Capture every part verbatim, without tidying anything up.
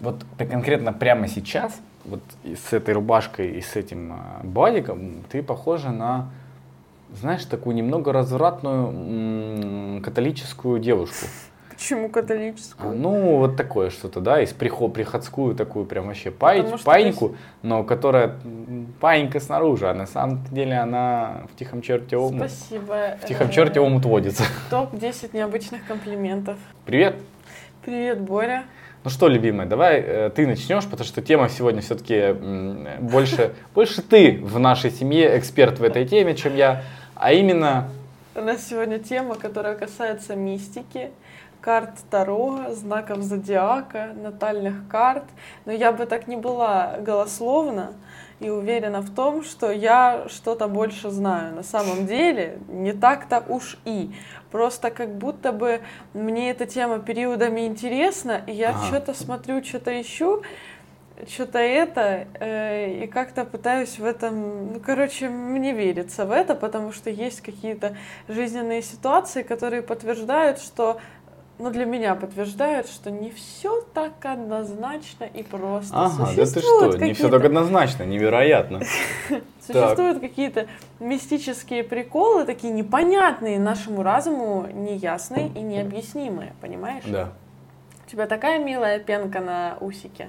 вот конкретно прямо сейчас, вот с этой рубашкой и с этим бадиком, ты похожа на, знаешь, такую немного развратную м- католическую девушку. Почему католическую? А, ну, вот такое что-то, да, из приход, приходскую такую прям вообще пай, паиньку, есть... но которая паинька снаружи, а на самом деле она в тихом черте омут. Спасибо. В тихом черте омут водится. топ десять необычных комплиментов. Привет. Привет, Боря. Ну что, любимая, давай э, ты начнешь, потому что тема сегодня все-таки м, больше, больше ты в нашей семье эксперт в этой теме, чем я, а именно... У нас сегодня тема, которая касается мистики, карт Таро, знаков зодиака, натальных карт. Но я бы так не была голословна и уверена в том, что я что-то больше знаю. На самом деле не так-то уж и. Просто как будто бы мне эта тема периодами интересна, и я ага. что-то смотрю, что-то ищу, что-то это, э, и как-то пытаюсь в этом, ну, короче, мне верится в это, потому что есть какие-то жизненные ситуации, которые подтверждают, что, ну, для меня подтверждают, что не все так однозначно и просто. Ага, да ты что, не все так однозначно, невероятно. Существуют какие-то мистические приколы, такие непонятные нашему разуму, неясные и необъяснимые, понимаешь? Да. У тебя такая милая пенка на усике.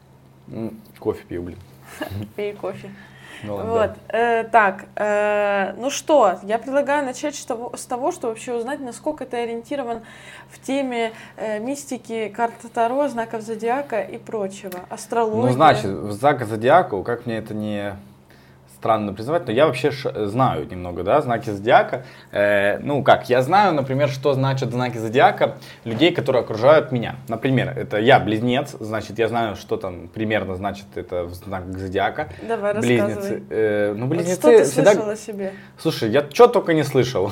Кофе пью, блин. Пей кофе. Ну, ладно, вот. да. э, так, э, ну что, я предлагаю начать с того, с того, что вообще узнать, насколько ты ориентирован в теме э, мистики, карты Таро, знаков зодиака и прочего, астрологии. Ну, значит, в знак зодиака, как мне это не странно признавать, но я вообще ш- знаю немного, да, знаки зодиака. Э, ну как, я знаю, например, что значат знаки зодиака людей, которые окружают меня. Например, это я близнец, значит, я знаю, что там примерно значит это знак зодиака. Давай, близнецы. рассказывай. Э, ну, близнецы вот что ты всегда... слышал о себе? Слушай, я что только не слышал.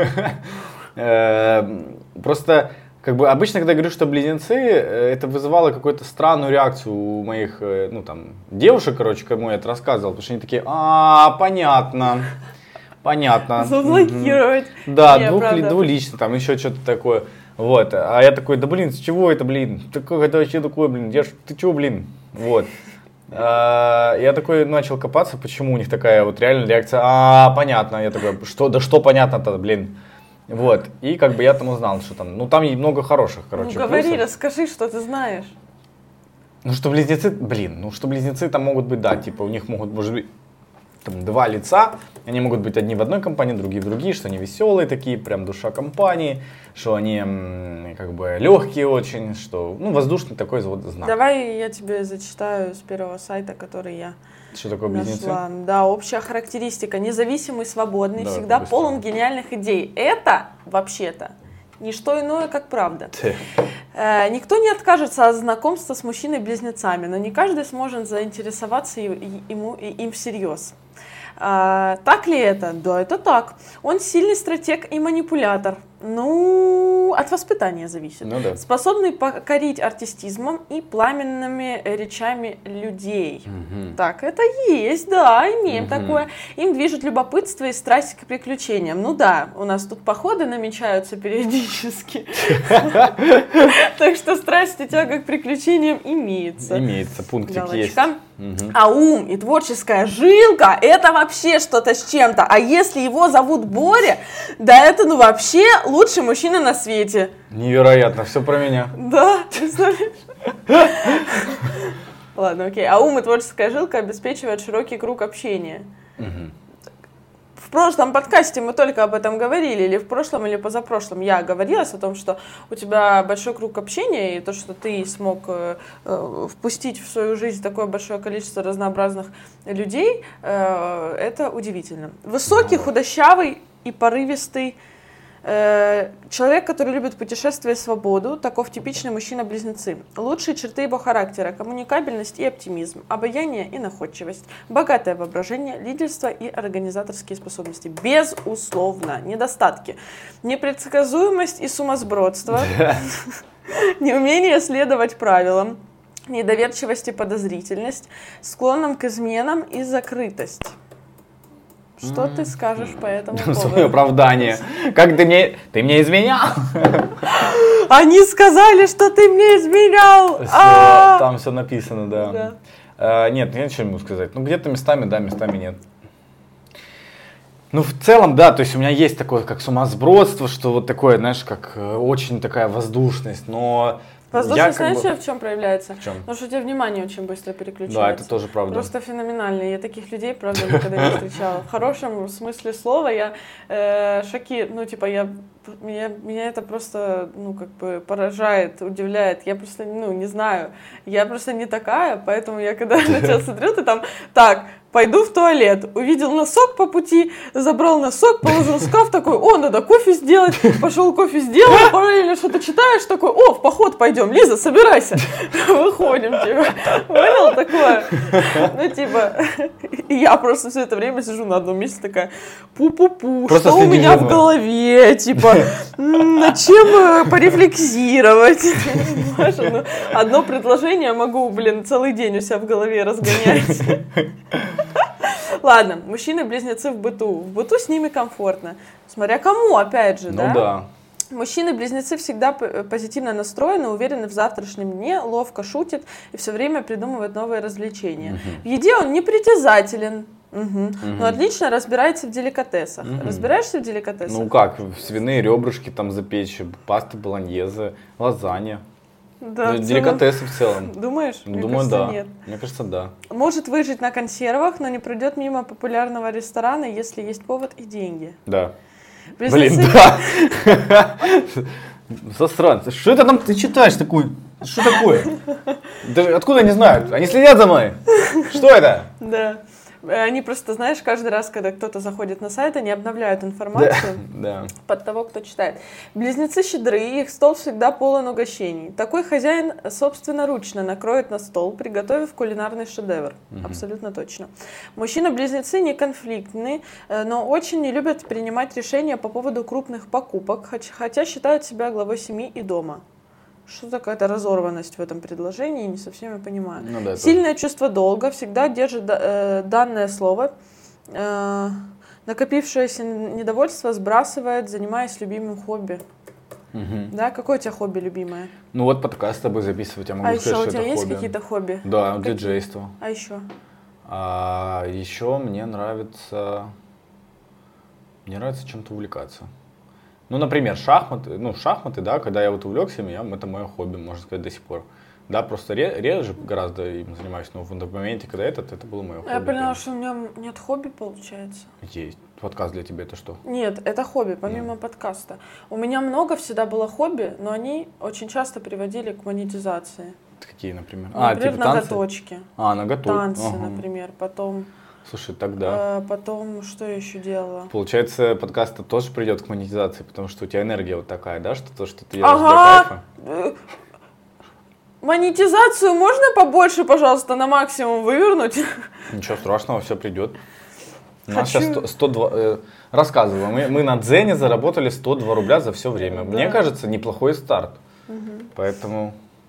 Просто... Как бы обычно, когда я говорю, что близнецы, это вызывало какую-то странную реакцию у моих, ну там, девушек, короче, кому я это рассказывал, потому что они такие, а, понятно, понятно. Заблокировать. Да, двух, двулично, там еще что-то такое. Вот, а я такой, да блин, с чего это, блин? Такое, это вообще такое, блин, я ж, ты чего, блин? Вот. А, я такой начал копаться, почему у них такая вот реальная реакция, а, понятно. Я такой, что, да что понятно-то, блин? Вот, и как бы я там узнал, что там, ну там много хороших, короче, Ну говори, плюсов. расскажи, что ты знаешь. Ну что близнецы, блин, ну что близнецы там могут быть, да, типа у них могут, может быть, там два лица, они могут быть одни в одной компании, другие в другие, что они веселые такие, прям душа компании, что они м, как бы легкие очень, что, ну воздушный такой вот знак. Давай я тебе зачитаю с первого сайта, который я Что такое нашла. близнецы? Да, общая характеристика. Независимый, свободный, Да, всегда быстро. полон гениальных идей. Это, вообще-то, не что иное, как правда. Э, никто не откажется от знакомства с мужчиной-близнецами, но не каждый сможет заинтересоваться и, и, ему, и, им всерьез. А, так ли это? Да, это так. Он сильный стратег и манипулятор. Ну, от воспитания зависит. Ну, да. Способный покорить артистизмом и пламенными речами людей. Угу. Так, это есть, да, имеем Угу. такое. Им движет любопытство и страсть к приключениям. Ну да, у нас тут походы намечаются периодически. Так что страсть и тяга к приключениям имеется. Имеется, пунктик есть. А ум и творческая жилка — это вообще что-то с чем-то. А если его зовут Боря, да это ну вообще лучший мужчина на свете. Невероятно, все про меня. Да, представляешь? Ладно, окей. А ум и творческая жилка обеспечивают широкий круг общения. В прошлом подкасте мы только об этом говорили, или в прошлом, или позапрошлом я говорилась о том, что у тебя большой круг общения, и то, что ты смог э, э, впустить в свою жизнь такое большое количество разнообразных людей, э, это удивительно. Высокий, худощавый и порывистый э, человек, который любит путешествия и свободу, таков типичный мужчина-близнецы. Лучшие черты его характера: коммуникабельность и оптимизм, обаяние и находчивость, богатое воображение, лидерство и организаторские способности. Безусловно, недостатки: непредсказуемость и сумасбродство, неумение следовать правилам, недоверчивость и подозрительность, склонным к изменам и закрытость. Что ты скажешь по этому поводу? Свое оправдание. Как ты мне... Ты мне изменял? Они сказали, что ты мне изменял! Все, А-а-а! там все написано, да. Да. А, нет, я ничего не могу сказать. Ну, где-то местами да, местами нет. Ну, в целом, да, то есть у меня есть такое, как сумасбродство, что вот такое, знаешь, как э, очень такая воздушность, но... Воздушность, я, как знаешь, бы... в чем проявляется? В чем? Потому что у тебя внимание очень быстро переключается. Да, это тоже правда. Просто феноменально. Я таких людей, правда, никогда не встречала. В хорошем смысле слова я э, шоки... Ну, типа, я... Меня, меня это просто, ну, как бы поражает, удивляет. Я просто, ну, не знаю. Я просто не такая, поэтому я когда на тебя смотрю, ты там, так, пойду в туалет. Увидел носок по пути, забрал носок, положил в шкаф, такой, о, надо кофе сделать. Пошел кофе сделал, параллельно что-то читаешь, такой, о, в поход пойдем. Лиза, собирайся. Выходим, типа. Понял такое? Ну, типа, и я просто все это время сижу на одном месте такая, пу-пу-пу, Просто что у меня следишь за в голове, типа, м, над чем э, порефлексировать. Понимаешь, одно, одно предложение могу, блин, целый день у себя в голове разгонять. Ладно, мужчины-близнецы в быту. В быту с ними комфортно. Смотря кому, опять же, Ну да? да. Мужчины-близнецы всегда позитивно настроены, уверены в завтрашнем дне, ловко шутят и все время придумывают новые развлечения. Мгм. В еде он непритязателен, угу. Мгм. но отлично разбирается в деликатесах. Мгм. Разбираешься в деликатесах? Ну как, свиные ребрышки там запечь, паста болоньезе, лазанья. Да, Ну, в целом- деликатесы в целом. Думаешь? Ну, Мне думаю, кажется, да. нет. Мне кажется, да. Может выжить на консервах, но не пройдет мимо популярного ресторана, если есть повод и деньги. Да. Близнецы- Блин, да. Засранцы. Что это там ты читаешь такую? Что такое? Да откуда они знают? Они следят за мной. Что это? Да. Они просто, знаешь, каждый раз, когда кто-то заходит на сайт, они обновляют информацию Да. под того, кто читает. Близнецы щедры, их стол всегда полон угощений. Такой хозяин собственноручно накроет на стол, приготовив кулинарный шедевр. Мгм. Абсолютно точно. Мужчины-близнецы не конфликтны, э, но очень не любят принимать решения по поводу крупных покупок, хоч- хотя считают себя главой семьи и дома. Что такая-то разорванность в этом предложении, не совсем я понимаю. Ну да, это- Сильное чувство долга, всегда держит да- э, данное слово. Э, накопившееся недовольство сбрасывает, занимаясь любимым хобби. Мгм. Да, какое у тебя хобби любимое? Ну вот подкаст с тобой записывать, я могу А еще сказать, у что тебя это есть хобби. какие-то хобби? Да, Какие? диджейство. А еще? А еще мне нравится... Мне нравится чем-то увлекаться. Ну, например, шахматы. Ну, шахматы, да, когда я вот увлекся ими, я- это мое хобби, можно сказать, до сих пор. Да, просто ре- реже гораздо им занимаюсь, но в моменте, когда этот, это было мое хобби. Я поняла, прям. что у меня нет хобби, получается. Есть. Подкаст для тебя это что? Нет, это хобби, помимо подкаста. У меня много всегда было хобби, но они очень часто приводили к монетизации. Какие, например? Например, танцы? ноготочки. А, ноготочки. Танцы, Ага. например. Потом, Слушай, тогда... э, потом что я еще делала? Получается, подкаст тоже придет к монетизации, потому что у тебя энергия вот такая, да, что то, что ты делаешь для Ага. кайфа. Э, Монетизацию можно побольше, пожалуйста, на максимум вывернуть? Ничего страшного, все придет. У нас Хочу. сейчас сто, сто два, э, рассказываю, мы, мы на Дзене заработали сто два рубля за все время. Мне Да. кажется, неплохой старт. Поэтому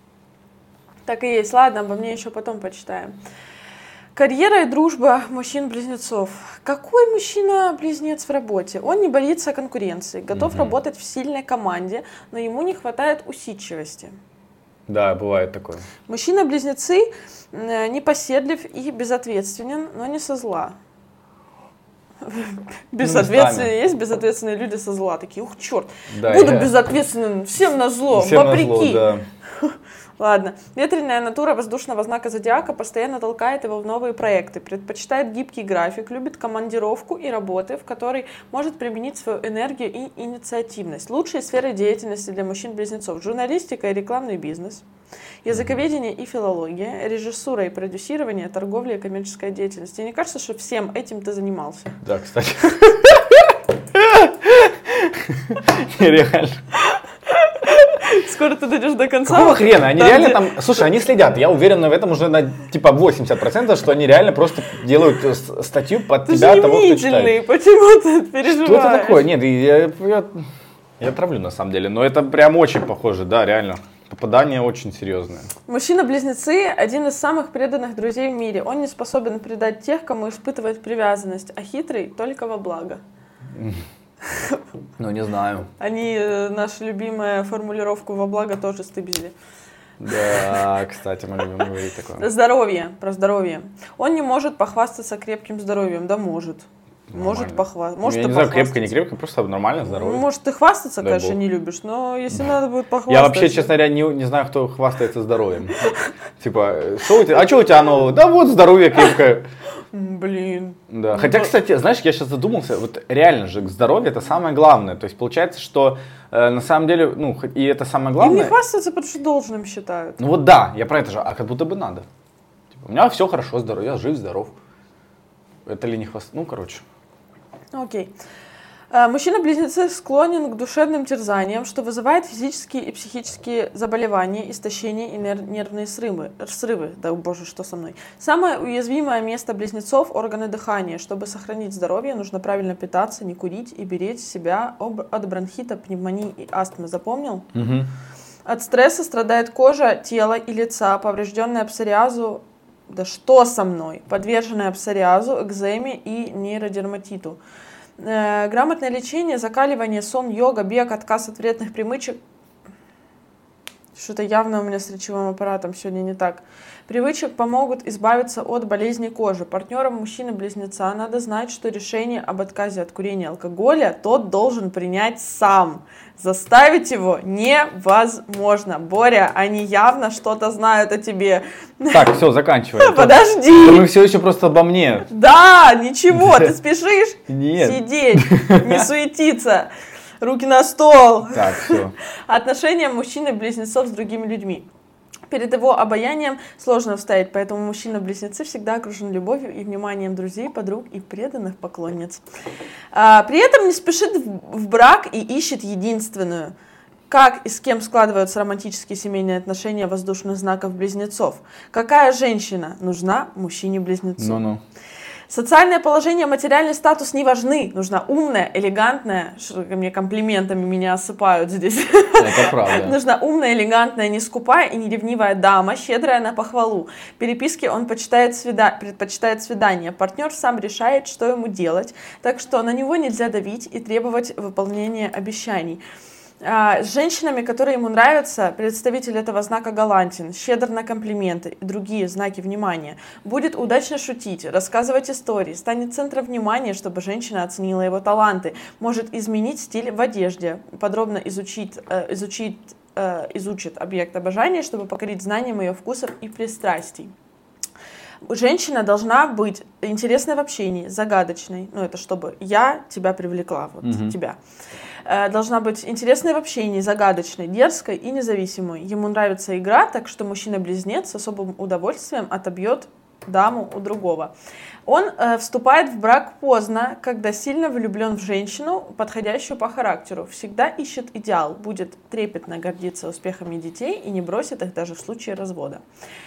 Так и есть. Ладно, обо мне еще потом почитаем. Карьера и дружба мужчин-близнецов. Какой мужчина-близнец в работе? Он не боится конкуренции, готов Мгм. работать в сильной команде, но ему не хватает усидчивости. да, бывает такое. Мужчина-близнецы э, непоседлив и безответственен, но не со зла. Безответственные местами. есть безответственные люди со зла. Такие, ух, черт, Да, буду я- безответственным, всем на зло, Всем вопреки. назло, да. Ладно. Ветреная натура воздушного знака зодиака постоянно толкает его в новые проекты, предпочитает гибкий график, любит командировку и работы, в которой может применить свою энергию и инициативность. Лучшие сферы деятельности для мужчин-близнецов: журналистика и рекламный бизнес, языковедение и филология, режиссура и продюсирование, торговля и коммерческая деятельность. Тебе не кажется, что всем этим ты занимался? Да, кстати. Нереально. Скоро ты дойдешь до конца. Какого хрена? Они Там, реально где- там... Слушай, они следят. Я уверен в этом уже на типа восемьдесят процентов, что они реально просто делают э, с- статью под Ты тебя, же того, кто читает. мнительный, почему ты переживаешь? Что это такое? Нет, я, я, я травлю на самом деле, но это прям очень похоже, да, реально. Попадание очень серьезное. Мужчина-близнецы – один из самых преданных друзей в мире. Он не способен предать тех, кому испытывает привязанность, а хитрый только во благо. Ну, не знаю. Они э, нашу любимую формулировку «во благо» тоже стыбзили. Да, кстати, мы любим говорить такое. Здоровье, про здоровье. Он не может похвастаться крепким здоровьем. Да может. Нормально. Может похвастаться. Может, Я не знаю, крепко, не крепко, просто нормально здоровье. Может, ты хвастаться, Дай конечно, бог. не любишь, но если надо будет похвастаться. Я вообще, честно говоря, не, не знаю, кто хвастается здоровьем. Типа, что у тебя, а что у тебя нового? Да вот, здоровье крепкое. Блин. Да. Хотя, кстати, знаешь, я сейчас задумался, вот реально же здоровье это самое главное. То есть получается, что э, на самом деле, ну, и это самое Им главное. не хвастаться, потому что должным считают. Ну вот да, я про это же, а как будто бы надо. Типа, у меня все хорошо, здорово, я жив, здоров. Это ли не хваст? Ну, короче. Окей. А, Мужчина-близнецы склонен к душевным терзаниям, что вызывает физические и психические заболевания, истощение и нер- нервные срывы. срывы. Да, боже, что со мной. Самое уязвимое место близнецов – органы дыхания. Чтобы сохранить здоровье, нужно правильно питаться, не курить и беречь себя об- от бронхита, пневмонии и астмы. Запомнил? Угу. От стресса страдает кожа, тело и лица, поврежденная псориазу. Да что со мной? Подверженная псориазу, экземе и нейродерматиту. Э, грамотное лечение, закаливание, сон, йога, бег, отказ от вредных привычек. Что-то явно у меня с речевым аппаратом сегодня не так. Привычек помогут избавиться от болезней кожи. Партнерам мужчины-близнеца надо знать, что решение об отказе от курения и алкоголя тот должен принять сам. Заставить его невозможно. Боря, они явно что-то знают о тебе. Так, все, заканчиваем. Подожди. Мы все еще просто обо мне. Да, ничего, ты спешишь Нет. сидеть, не суетиться. Руки на стол. Так, все. Отношения мужчины-близнецов с другими людьми. Перед его обаянием сложно встоять, поэтому мужчина-близнецы всегда окружен любовью и вниманием друзей, подруг и преданных поклонниц. А, при этом не спешит в, в брак и ищет единственную. Как и с кем складываются романтические семейные отношения воздушных знаков близнецов? Какая женщина нужна мужчине-близнецу? Ну-ну. Социальное положение, материальный статус не важны. Нужна умная, элегантная, что мне комплиментами меня осыпают здесь. Это правда. Нужна умная, элегантная, не скупая и не ревнивая дама, щедрая на похвалу. Переписки он почитает свида... предпочитает свидания. Партнер сам решает, что ему делать, так что на него нельзя давить и требовать выполнения обещаний. А, с женщинами, которые ему нравятся, представитель этого знака галантен, щедр на комплименты и другие знаки внимания, будет удачно шутить, рассказывать истории, станет центром внимания, чтобы женщина оценила его таланты, может изменить стиль в одежде, подробно изучить, э, изучить, э, изучит объект обожания, чтобы покорить знанием ее вкусов и пристрастий. Женщина должна быть интересной в общении, загадочной, ну это чтобы я тебя привлекла, вот Мгм. тебя. Э, Должна быть интересной в общении, загадочной, дерзкой и независимой. Ему нравится игра, так что мужчина-близнец с особым удовольствием отобьет даму у другого. Он э, вступает в брак поздно, когда сильно влюблен в женщину, подходящую по характеру. Всегда ищет идеал, будет трепетно гордиться успехами детей и не бросит их даже в случае развода.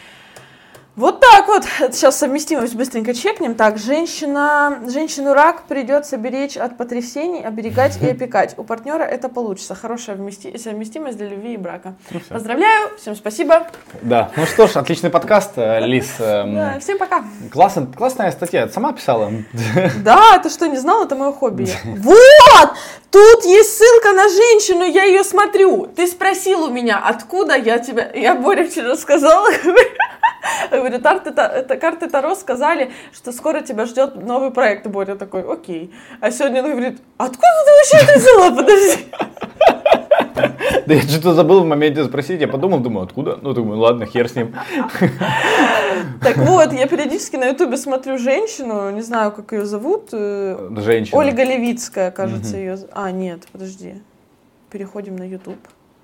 Вот так вот. Сейчас совместимость быстренько чекнем. Так, женщина, женщину-рак придется беречь от потрясений, оберегать и опекать. У партнера это получится. Хорошая вмести- совместимость для любви и брака. Ну, всё. Поздравляю, всем спасибо. Да, ну что ж, отличный подкаст, э, Лиз. эм, Да, всем пока. классно- классная статья, ты сама писала? Да, ты что, не знал? Это мое хобби. Вот! Тут есть ссылка на женщину, я ее смотрю. Ты спросил у меня, откуда я тебя... Я Боре вчера сказала, говорю, карты, Та- это карты Таро сказали, что скоро тебя ждет новый проект. И Боря такой, окей. А сегодня он говорит, откуда ты вообще это взяла? Подожди. Да я что-то забыл в моменте спросить, я подумал, думаю, откуда? Ну, думаю, ладно, хер с ним. Так вот, я периодически на ютубе смотрю женщину, не знаю, как ее зовут. э, Женщина. Ольга Левицкая, кажется, ее... з- А, нет, подожди. Переходим на ютуб.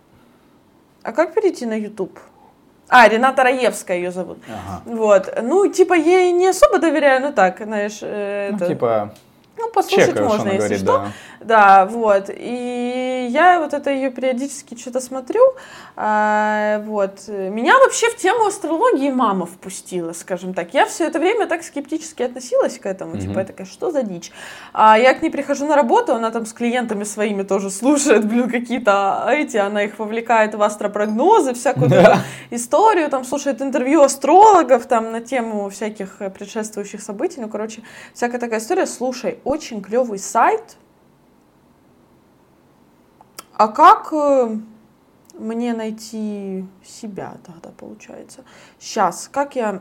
А как перейти на ютуб? А, Рената Раевская ее зовут. Ага. Вот. Ну, типа, я ей не особо доверяю, но так, знаешь, э, Ну, это... типа, Ну, послушать чекаю, что можно, она если говорит, что. да. Да, вот. И я вот это ее периодически что-то смотрю. А, вот. Меня вообще в тему астрологии мама впустила, скажем так. Я все это время так скептически относилась к этому. Мгм. Типа, я такая, что за дичь? А я к ней прихожу на работу, она там с клиентами своими тоже слушает, блин, какие-то эти, она их вовлекает в астропрогнозы, всякую такую историю, там слушает интервью астрологов там на тему всяких э, предшествующих событий. Ну, короче, всякая такая история. Слушай, очень клевый сайт. А как, э, Мне найти себя тогда получается. Сейчас, как я...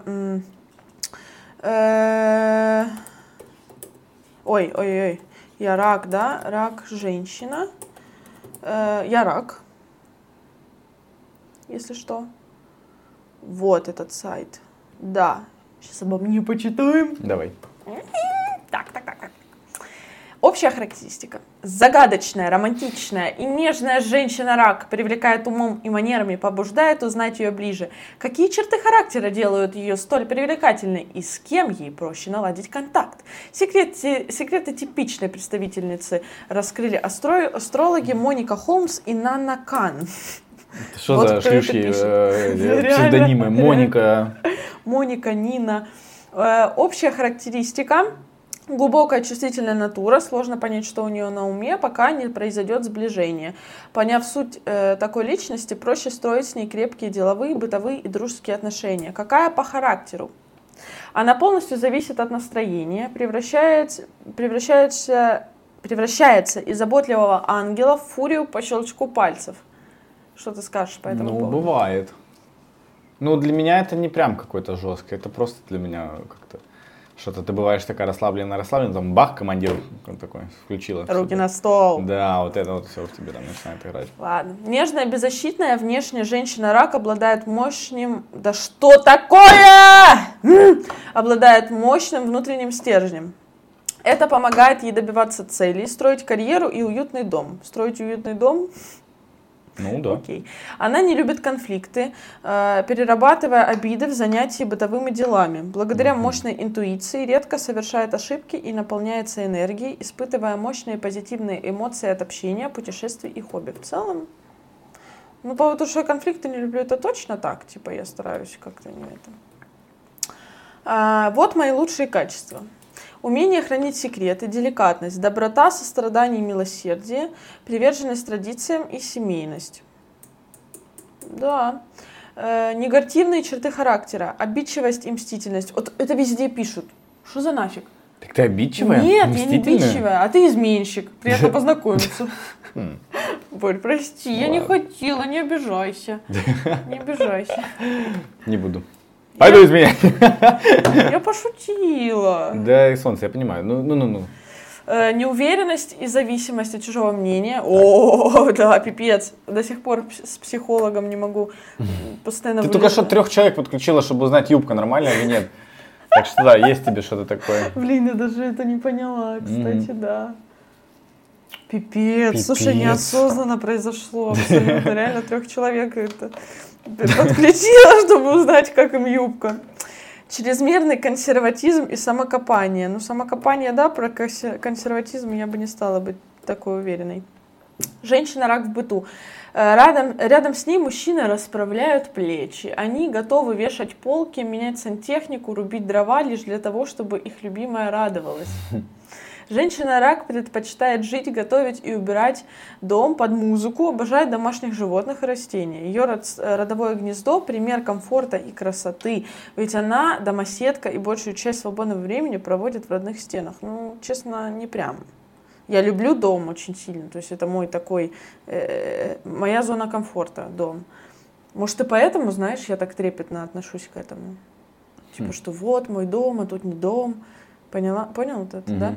Э, ой, ой, ой. Я рак, да? Рак, женщина. Э, я рак. Если что. Вот этот сайт. Да. Сейчас обо мне почитаем. Давай. Так, так, так, так. Общая характеристика. Загадочная, романтичная и нежная женщина-рак привлекает умом и манерами, побуждает узнать ее ближе. Какие черты характера делают ее столь привлекательной и с кем ей проще наладить контакт? Секреты, секреты типичной представительницы раскрыли астро, астрологи Моника Холмс и Нанна Кан. Что вот за шлюшки э, псевдонимы? Моника. Моника, Нина. Э, общая характеристика. Глубокая чувствительная натура, сложно понять, что у нее на уме, пока не произойдет сближение. Поняв суть э, такой личности, проще строить с ней крепкие деловые, бытовые и дружеские отношения. Какая по характеру? Она полностью зависит от настроения, превращается, превращается, превращается из заботливого ангела в фурию по щелчку пальцев. Что ты скажешь по этому ну, поводу? Ну, бывает. Ну, для меня это не прям какой-то жесткий, это просто для меня как-то... Что-то ты бываешь такая расслабленная, расслабленная, там бах, командир такой включила. Руки на стол. Да, вот это вот все в тебе там начинает играть. Ладно. Нежная, беззащитная, внешняя женщина-рак обладает мощным... Да что такое? Обладает мощным внутренним стержнем. Это помогает ей добиваться целей, строить карьеру и уютный дом. Строить уютный дом... Ну да. Окей. Она не любит конфликты, э, перерабатывая обиды в занятии бытовыми делами. Благодаря мощной интуиции редко совершает ошибки и наполняется энергией, испытывая мощные позитивные эмоции от общения, путешествий и хобби. В целом, ну, по поводу, что я конфликты не люблю, это точно так. Типа я стараюсь как-то не это. А, вот мои лучшие качества. Умение хранить секреты, деликатность, доброта, сострадание и милосердие, приверженность традициям и семейность. Да. Э, негативные черты характера, обидчивость и мстительность. Вот это везде пишут. Что за нафиг? Так ты обидчивая? Нет, я не обидчивая, а ты изменщик. Приятно познакомиться. Борь, прости, я не хотела, не обижайся. Не обижайся. Не буду. Пойду изменять. Я пошутила. Да, и солнце, я понимаю. Ну, ну, ну, ну. Э, неуверенность и зависимость от чужого мнения. О, да, пипец. До сих пор с психологом не могу постоянно... Ты только что трех человек подключила, чтобы узнать, юбка нормальная или нет. Так что да, есть тебе что-то такое. Блин, я даже это не поняла, кстати, mm-hmm. да. Пипец. Пипец. Слушай, неосознанно произошло абсолютно. Реально трех человек это подключила, чтобы узнать, как им юбка. Чрезмерный консерватизм и самокопание. Ну, самокопание, да, про консерватизм я бы не стала быть такой уверенной. Женщина-рак в быту. Рядом, рядом с ней мужчины расправляют плечи. Они готовы вешать полки, менять сантехнику, рубить дрова лишь для того, чтобы их любимая радовалась. Женщина-рак предпочитает жить, готовить и убирать дом под музыку, обожает домашних животных и растения. Ее родовое гнездо – пример комфорта и красоты, ведь она домоседка и большую часть свободного времени проводит в родных стенах. Ну, честно, не прям. Я люблю дом очень сильно, то есть это мой такой, э, моя зона комфорта, дом. Может, и поэтому, знаешь, я так трепетно отношусь к этому. Типа, mm. что вот мой дом, а тут не дом. Поняла? Понял вот это, mm-hmm. да?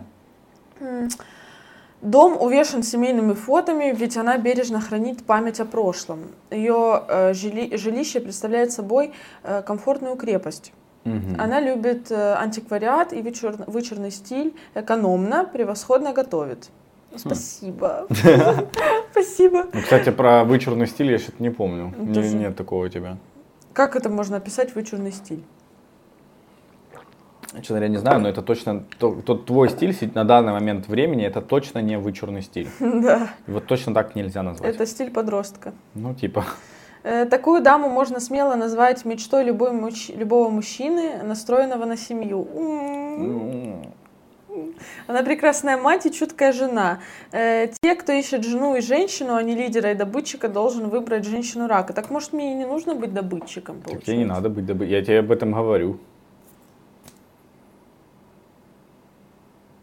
Дом увешан семейными фотами, ведь она бережно хранит память о прошлом. Ее э, жили, жилище представляет собой э, комфортную крепость. Mm-hmm. Она любит э, антиквариат и вычур, вычурный стиль, экономно, превосходно готовит. Спасибо. Спасибо. Кстати, про вычурный стиль я что-то не помню. Нет такого у тебя. Как это можно описать, вычурный стиль? Честно говоря, не знаю, но это точно, тот, тот твой стиль на данный момент времени, это точно не вычурный стиль. Да. И вот точно так нельзя назвать. Это стиль подростка. Ну, типа. Такую даму можно смело назвать мечтой любой муч... любого мужчины, настроенного на семью. Mm. Она прекрасная мать и чуткая жена. Те, кто ищет жену и женщину, а не лидера и добытчика, должен выбрать женщину-рака. Так может мне и не нужно быть добытчиком, получается? Так тебе не надо быть добытчиком, я тебе об этом говорю.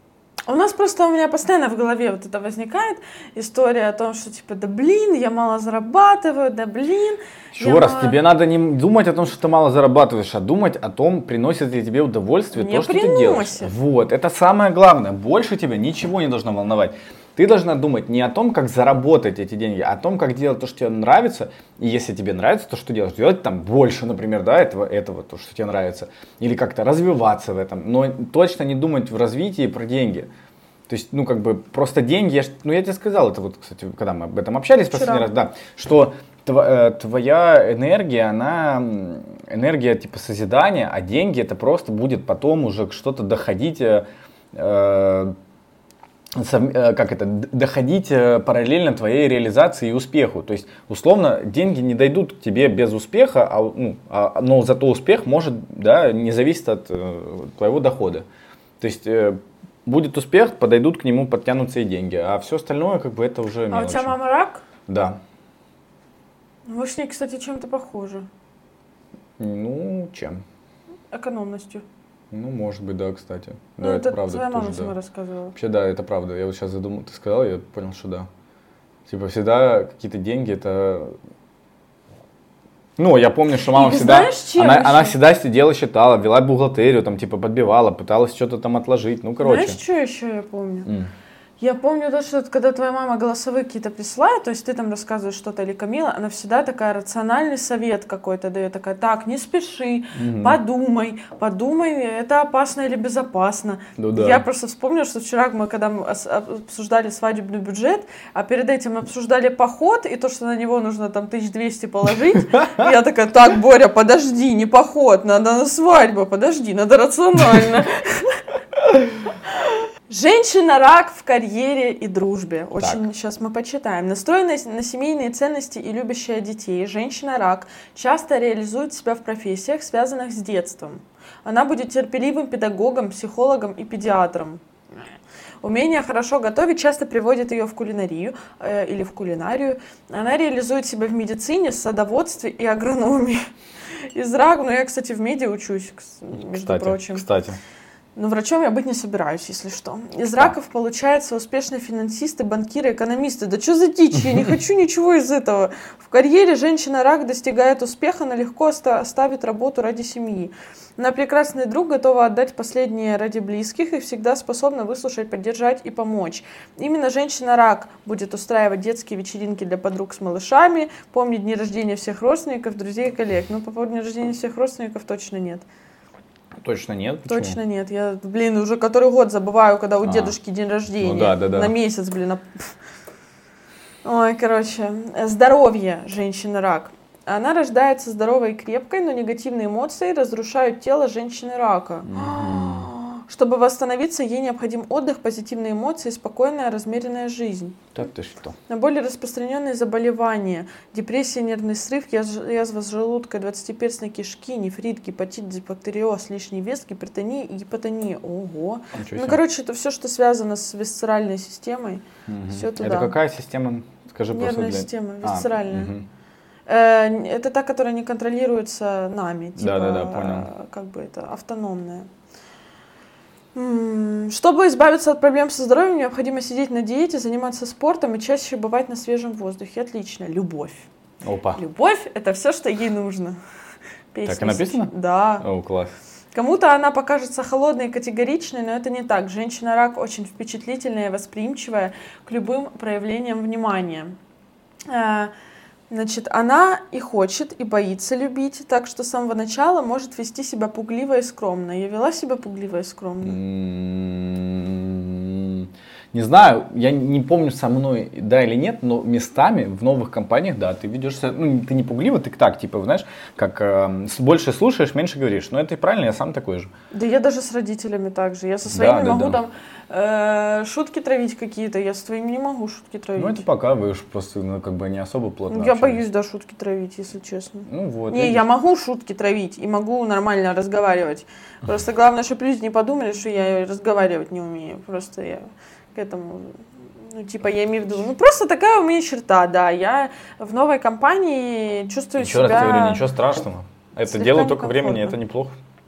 У нас просто, у меня постоянно в голове вот это возникает история о том, что типа, да блин, я мало зарабатываю, да блин. Еще раз, мало... тебе надо не думать о том, что ты мало зарабатываешь, а думать о том, приносит ли тебе удовольствие не то, что приносит. ты делаешь. Вот, это самое главное. Больше тебя ничего не должно волновать. Ты должна думать не о том, как заработать эти деньги, а о том, как делать то, что тебе нравится. И если тебе нравится то, что делаешь, делать там больше, например, да, этого, этого, то, что тебе нравится. Или как-то развиваться в этом. Но точно не думать в развитии про деньги. То есть, ну, как бы, просто деньги, я, ж- ну, я тебе сказал, это вот, кстати, когда мы об этом общались в последний раз, да, что тва- э, твоя энергия, она м, энергия типа созидания, а деньги это просто будет потом уже что-то доходить, э, э, сов- э, как это, д- доходить э, параллельно твоей реализации и успеху. То есть, условно, деньги не дойдут к тебе без успеха, а, ну, а- но зато успех может, да, не зависит от э, твоего дохода. То есть, э, будет успех, подойдут к нему, подтянутся и деньги. А все остальное, как бы, это уже А у мелочи. тебя мама рак? Да. Вы с ней, кстати, чем-то похожи. Ну, чем? Экономностью. Ну, может быть, да, кстати. Ну, Да, это это правда. твоя это мама тоже, сама да. рассказывала. Вообще, да, это правда. Я вот сейчас задумал, ты сказал, я понял, что да. Типа, всегда какие-то деньги, это... Ну, я помню, что мама И ты всегда, знаешь, чем она, еще? она всегда сидела, считала, вела бухгалтерию, там, типа, подбивала, пыталась что-то там отложить, ну, короче. Знаешь, что еще я помню? М. Я помню то, что когда твоя мама голосовые какие-то присылает, то есть ты там рассказываешь что-то или Камила, она всегда такая рациональный совет какой-то дает, такая, так, не спеши, Мгм. подумай, подумай, это опасно или безопасно. Ну да. Я просто вспомнила, что вчера мы, когда мы ос- обсуждали свадебный бюджет, а перед этим обсуждали поход и то, что на него нужно там тысяч двести положить, и я такая, так, Боря, подожди, не поход, надо на свадьбу, подожди, надо рационально. Женщина-рак в карьере и дружбе. Очень сейчас мы почитаем. Настроенная на семейные ценности и любящая детей, женщина-рак часто реализует себя в профессиях, связанных с детством. Она будет терпеливым педагогом, психологом и педиатром. Умение хорошо готовить часто приводит ее в кулинарию э, или в кулинарию. Она реализует себя в медицине, садоводстве и агрономии. Из рак, ну я, кстати, в меди учусь, между Кстати, прочим. кстати. Но врачом я быть не собираюсь, если что. Из раков получаются успешные финансисты, банкиры, экономисты. Да что за дичь? Я не хочу ничего из этого. В карьере женщина-рак достигает успеха, она легко оста- оставит работу ради семьи. Она прекрасный друг, готова отдать последнее ради близких и всегда способна выслушать, поддержать и помочь. Именно женщина-рак будет устраивать детские вечеринки для подруг с малышами, помнить дни рождения всех родственников, друзей и коллег. Ну, по поводу дня рождения всех родственников точно нет. Точно нет? Почему? Точно нет. Я, блин, уже который год забываю, когда у А. дедушки день рождения. Ну да, да, да. На месяц, блин. на- Ой, короче. Здоровье женщины-рак. Она рождается здоровой и крепкой, но негативные эмоции разрушают тело женщины-рака. Чтобы восстановиться, ей необходим отдых, позитивные эмоции, спокойная, размеренная жизнь. Да ты что? Наиболее распространенные заболевания: депрессия, нервный срыв, яз- язва с желудка, двадцатиперстной кишки, нефрит, гепатит, дисбактериоз, лишний вес, гипертония и гипотония. Ого. Ничего Ну, себе. короче, это все, что связано с висцеральной системой. Мгм. Всё туда. Это какая система? Скажи просто Нервная для... система, А, висцеральная. мгм. Э, Это та, которая не контролируется нами. Типа, Да-да-да, понял. э, Как бы это автономная. М, Чтобы избавиться от проблем со здоровьем, необходимо сидеть на диете, заниматься спортом и чаще бывать на свежем воздухе. Отлично. Любовь. Опа. Любовь — это все, что ей нужно. Песня Так и написано? Да. О, класс. Кому-то она покажется холодной и категоричной, но это не так. Женщина-рак очень впечатлительная и восприимчивая к любым проявлениям внимания. Э, Значит, она и хочет, и боится любить, так что с самого начала может вести себя пугливо и скромно. Я вела себя пугливо и скромно. М, Не знаю, я не помню, со мной да или нет, но местами в новых компаниях, да, ты ведешься, ну, ты не пугливо, ты так, типа, знаешь, как э, с- больше слушаешь, меньше говоришь. Но это и правильно, я сам такой же. Да я даже с родителями так же. Я со своими Да, да, могу да. там э, шутки травить какие-то, я с твоими не могу шутки травить. Ну, это пока вы уж просто, ну, как бы не особо плотно Я общались. боюсь, да, шутки травить, если честно. Ну, вот. Не, видишь. я могу шутки травить и могу нормально разговаривать. Просто главное, чтобы люди не подумали, что я разговаривать не умею. Просто я к этому, ну, типа, я имею в виду, ну, просто такая у меня черта, да. Я в новой компании чувствую Еще себя... раз тебе говорю, ничего страшного. Это слегка дело только некомфортно. времени, это неплохо.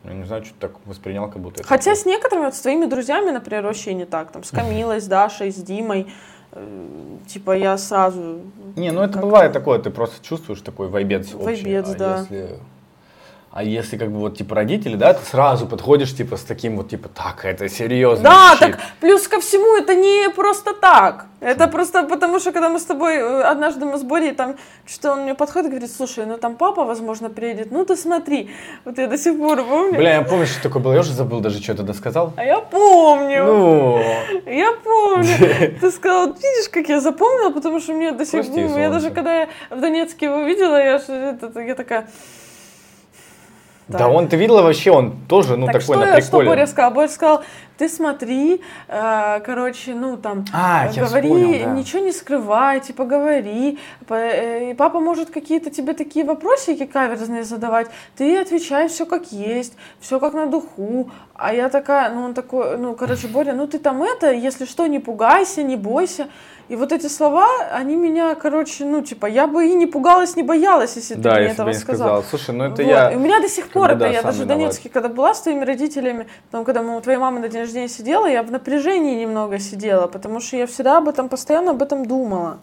Я не знаю, что так воспринял, как будто это... Хотя с некоторыми, вот с твоими друзьями, например, вообще не так. Там, с Камилой, с Дашей, с Димой. Э, типа я сразу... Не, ну это бывает такое, ты просто чувствуешь такой вайбец общий. Вайбец, а да. Если... А если как бы вот типа родители, да, ты сразу подходишь типа с таким вот типа, так, это серьезно. Да, щит. так плюс ко всему это не просто так. Это просто потому, что когда мы с тобой однажды мы с Борей там, что он мне подходит и говорит, слушай, ну там папа, возможно, приедет, ну ты смотри. Вот я до сих пор помню. Бля, я помню, что такое было, я уже забыл даже, что я тогда сказал. А я помню. Ну. Я помню. Ты сказал, видишь, как я запомнила, потому что мне до сих пор, я даже когда я в Донецке его видела, я, я такая... Да, да он, ты видела вообще, он тоже, ну, так такой что, на приколе. что Боря сказал? Боря сказал, ты смотри, э, короче, ну, там, а, э, говори, вспомнил, да. ничего не скрывай, типа, говори. Э, папа может какие-то тебе такие вопросики каверзные задавать, ты отвечай все как есть, все как на духу. А я такая, ну, он такой, ну, короче, Боря, ну, ты там это, если что, не пугайся, не бойся. И вот эти слова, они меня, короче, ну, типа, я бы и не пугалась, не боялась, если да, ты мне если этого бы не сказал. сказал. Слушай, ну это вот. я... И у меня до сих пор это, да, я даже в Донецке, когда была с твоими родителями, потом, когда мы у твоей мамы на день рождения сидела, я в напряжении немного сидела, потому что я всегда об этом, постоянно об этом думала.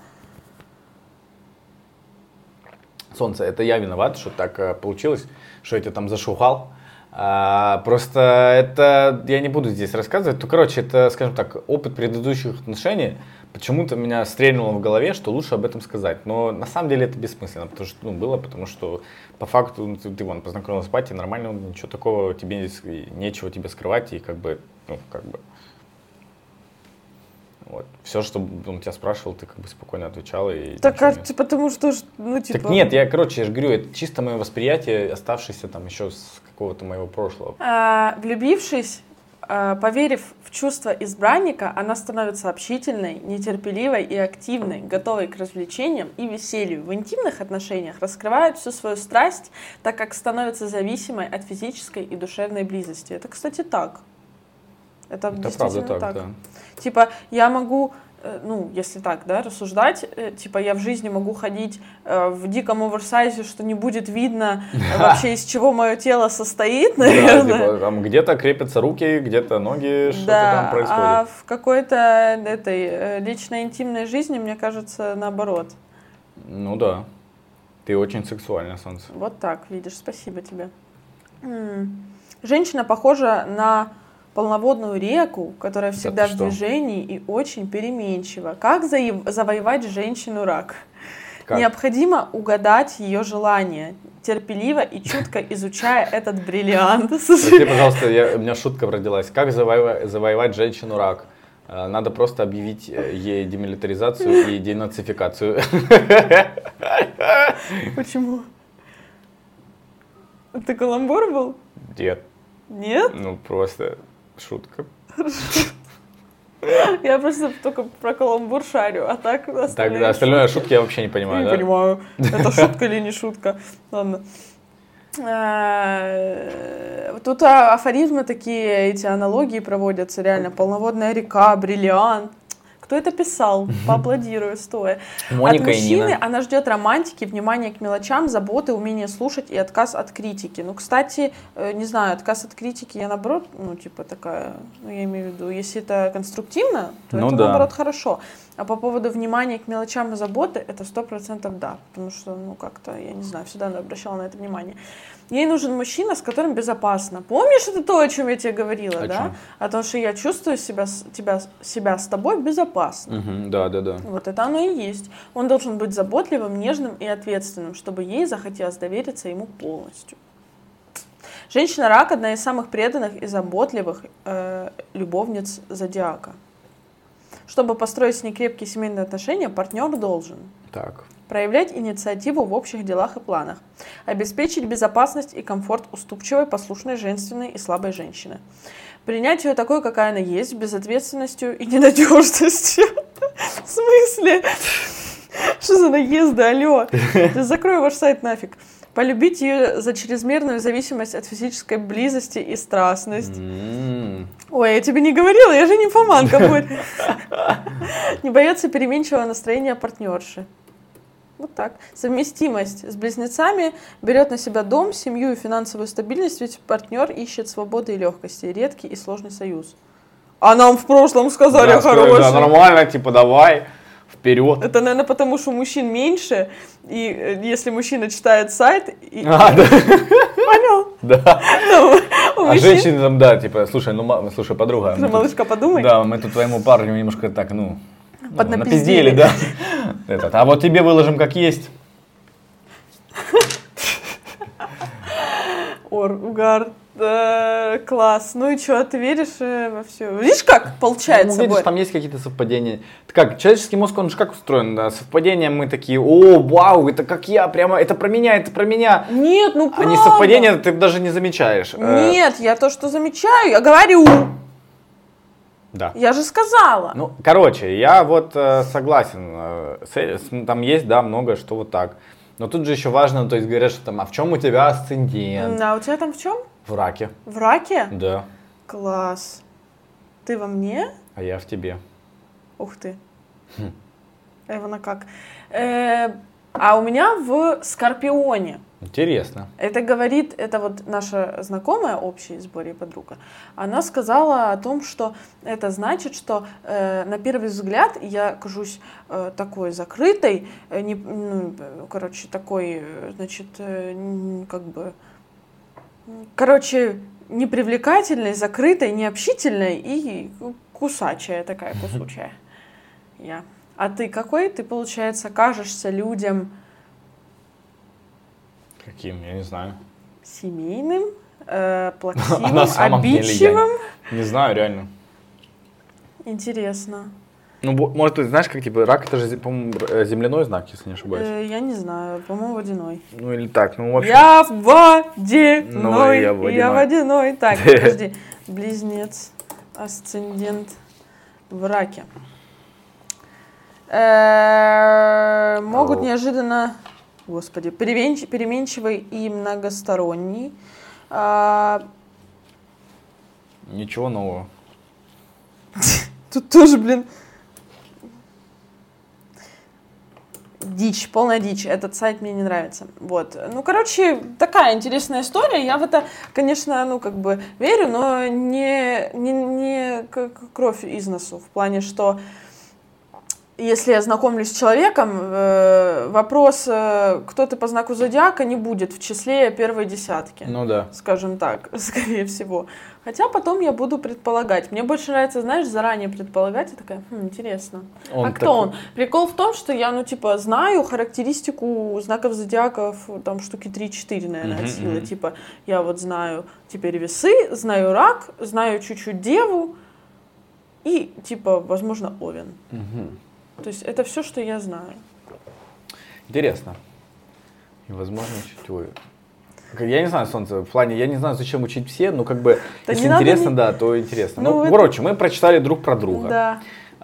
Солнце, это я виноват, что так э, получилось, что я тебя там зашугал. А, просто это, я не буду здесь рассказывать, то, короче, это, скажем так, опыт предыдущих отношений почему-то меня стрельнуло в голове, что лучше об этом сказать. Но на самом деле это бессмысленно, потому что, ну, было, потому что по факту ну, ты, ты вон, познакомилась с Патей, нормально, ничего такого, тебе нечего тебе скрывать, и как бы, ну, как бы, вот. Все, что он тебя спрашивал, ты как бы спокойно отвечала. И так, а, типа, потому что, ну, типа... Так нет, я, короче, я же говорю, это чисто мое восприятие, оставшееся там еще с какого-то моего прошлого. А, влюбившись, а, поверив в чувства избранника, она становится общительной, нетерпеливой и активной, готовой к развлечениям и веселью. В интимных отношениях раскрывает всю свою страсть, так как становится зависимой от физической и душевной близости. Это, кстати, так. Это, это действительно правда так, так. да. Типа, я могу, ну, если так, да, рассуждать, типа, я в жизни могу ходить в диком оверсайзе, что не будет видно вообще, из чего мое тело состоит, наверное. Да, типа, там где-то крепятся руки, где-то ноги, что-то да, там происходит. А в какой-то этой личной интимной жизни, мне кажется, наоборот. Ну да. Ты очень сексуальна, Солнце. Вот так, видишь, спасибо тебе. М-м. Женщина похожа на полноводную реку, которая всегда в движении и очень переменчива. Как завоевать женщину-рак? Как? Необходимо угадать ее желание, терпеливо и чутко изучая этот бриллиант. Прости, пожалуйста, я, у меня шутка родилась. Как завоевать, завоевать женщину-рак? Надо просто объявить ей демилитаризацию и денацификацию. Почему? Это каламбур был? Нет. Нет? Ну, просто шутка. Я просто только про каламбур шарю, а так остальные Так, да, остальное шутки. шутки я вообще не понимаю, не да? понимаю, это шутка или не шутка. Ладно. Тут афоризмы такие, эти аналогии проводятся, реально. Полноводная река, бриллиант. Кто это писал? Поаплодирую, стоя. Моника от мужчины и Нина. Она ждет романтики, внимания к мелочам, заботы, умения слушать и отказ от критики. Ну, кстати, не знаю, отказ от критики, я наоборот, ну, типа такая, ну, я имею в виду, если это конструктивно, то ну, это да. наоборот хорошо. А по поводу внимания к мелочам и заботы, это сто процентов да. Потому что, ну, как-то, я не знаю, всегда обращала на это внимание. Ей нужен мужчина, с которым безопасно. Помнишь, это то, о чем я тебе говорила, о да? Чем? О том, что я чувствую себя, тебя, себя с тобой безопасно. Угу, да, да, да. Вот это оно и есть. Он должен быть заботливым, нежным и ответственным, чтобы ей захотелось довериться ему полностью. Женщина-рак – одна из самых преданных и заботливых э, любовниц зодиака. Чтобы построить с ней крепкие семейные отношения, партнер должен так. проявлять инициативу в общих делах и планах, обеспечить безопасность и комфорт уступчивой, послушной, женственной и слабой женщины, принять ее такой, какая она есть, безответственностью и ненадежностью. В смысле? Что за наезды, алло? Закрой ваш сайт нафиг. Полюбить ее за чрезмерную зависимость от физической близости и страстность. Mm. Ой, я тебе не говорила, я же не фоманка, Борь. Не бояться переменчивого настроения партнерши. Вот так. Совместимость с близнецами берет на себя дом, семью и финансовую стабильность, ведь партнер ищет свободы и легкости, редкий и сложный союз. А нам в прошлом сказали Да, сказали, хороший. да, нормально, типа, давай, вперед. Это, наверное, потому что мужчин меньше, и э, если мужчина читает сайт... И... А, да. Понял? Да. Ну, у А мужчин- женщины там, да, типа, слушай, ну, ма- слушай, подруга. мы Слушай, тут- малышка, подумай. Да, мы тут твоему парню немножко так, ну, ну, Поднапиздели. напиздели, да. Этот, а вот тебе выложим как есть. Ор, угар. Да, класс. Ну и что, ты веришь э, во все? Видишь, как получается? Ну, видишь, Борь? там есть какие-то совпадения. Это как, человеческий мозг, он же как устроен? Да? Совпадения мы такие, о, вау, это как я, прямо, это про меня, это про меня. Нет, ну А правда. не совпадения ты даже не замечаешь. Э, Нет, я то, что замечаю, я говорю. Да. Я же сказала. Ну, короче, я вот э, согласен. э, с, э- с- там есть, да, много что вот так. Но тут же еще важно, то есть говорят, что там, а в чем у тебя асцендент? А у тебя там в чем? В раке. В раке? Да. Класс. Ты во мне? А я в тебе. Ух ты. Хм. Эвана как? Э, а у меня в Скорпионе. Интересно. Это говорит, это вот наша знакомая общая с Борей подруга, она сказала о том, что это значит, что э, на первый взгляд я кажусь э, такой закрытой, э, не, ну, короче, такой, э, значит, э, н- как бы, короче, непривлекательной, закрытой, необщительной и кусачая такая, кусучая я. А ты какой? Ты, получается, кажешься людям... Каким, я не знаю. семейным, э, А плаксивым, на самом деле обидчивым. я Не знаю, реально. Интересно. Ну, бо- может, ты знаешь, как типа рак, это же, зе- по-моему, э, земляной знак, если не ошибаюсь. Э, я не знаю, по-моему, водяной. Ну или так, ну в общем. Я в водяной, Ну, и я я водяной. водяной. Так, подожди. Близнец, асцендент в раке. Э, Могут Ау. неожиданно, господи, переменч- переменчивый и многосторонний. А, Ничего нового. Тут тоже, блин, дичь, полная дичь. Этот сайт мне не нравится. Вот. Ну, короче, такая интересная история. Я в это, конечно, ну, как бы верю, но не, не, не как кровь из носу. В плане, что если я знакомлюсь с человеком, э, вопрос, э, кто ты по знаку зодиака, не будет в числе первой десятки. Ну да. Скажем так, скорее всего. Хотя потом я буду предполагать. Мне больше нравится, знаешь, заранее предполагать. Я такая, хм, интересно. Он а кто такой- он? Прикол в том, что я, ну, типа, знаю характеристику знаков зодиаков, там, штуки три-четыре, наверное, Мгм, от силы. мгм. Типа, я вот знаю теперь весы, знаю рак, знаю чуть-чуть деву и, типа, возможно, овен. Мгм. То есть это все, что я знаю. Интересно. И, возможно, чуть ой. Как- Я не знаю, Солнце, в плане, я не знаю, зачем учить все, но как бы, Да если не надо интересно, ни- да, то интересно. Ну, Ну, это- короче, мы прочитали друг про друга. Да.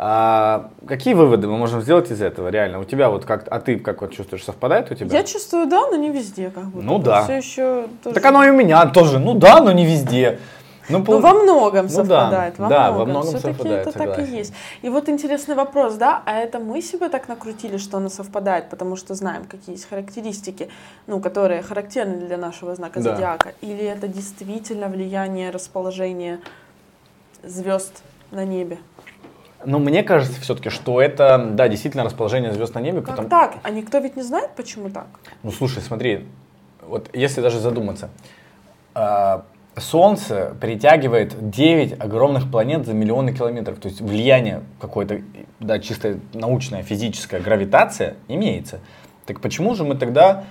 А, какие выводы мы можем сделать из этого, реально? У тебя вот как, а ты как вот чувствуешь, совпадает у тебя? Я чувствую, да, но не везде, как будто. Ну да. Все еще тоже... Так оно и у меня тоже, ну да, но не везде. Ну, Ну, пол- во многом Ну совпадает. да, во да, многом. во многом Все-таки совпадает, это так и согласен. есть. И вот интересный вопрос, да, а это мы себя так накрутили, что оно совпадает, потому что знаем, какие есть характеристики, ну, которые характерны для нашего знака Да. зодиака, или это действительно влияние, расположение звезд на небе? Ну, мне кажется все-таки, что это, да, действительно расположение звезд на небе. Как потому- так? А никто ведь не знает, почему так? Ну, слушай, смотри, вот если даже задуматься, а, Солнце притягивает девять огромных планет за миллионы километров. То есть влияние какое-то, да, чисто научная, физическая гравитация имеется. Так почему же мы тогда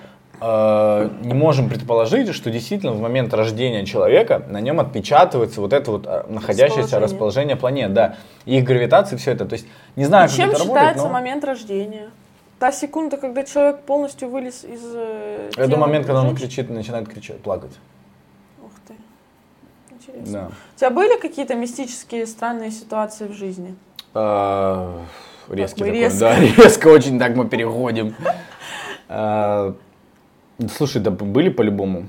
э, не можем предположить, что действительно в момент рождения человека на нем отпечатывается вот это вот э, находящееся Расположение. расположение планет, да, и их гравитация, все это. То есть не знаю, И как чем это считается работает, но момент рождения? Та секунда, когда человек полностью вылез из э, это тела момент, когда он женщины? кричит, начинает кричать, плакать. Ух ты. Интересно. Да. У тебя были какие-то мистические странные ситуации в жизни? А, Резкий мы такой, резко. да, резко очень так мы переходим. А, Слушай, да были по-любому.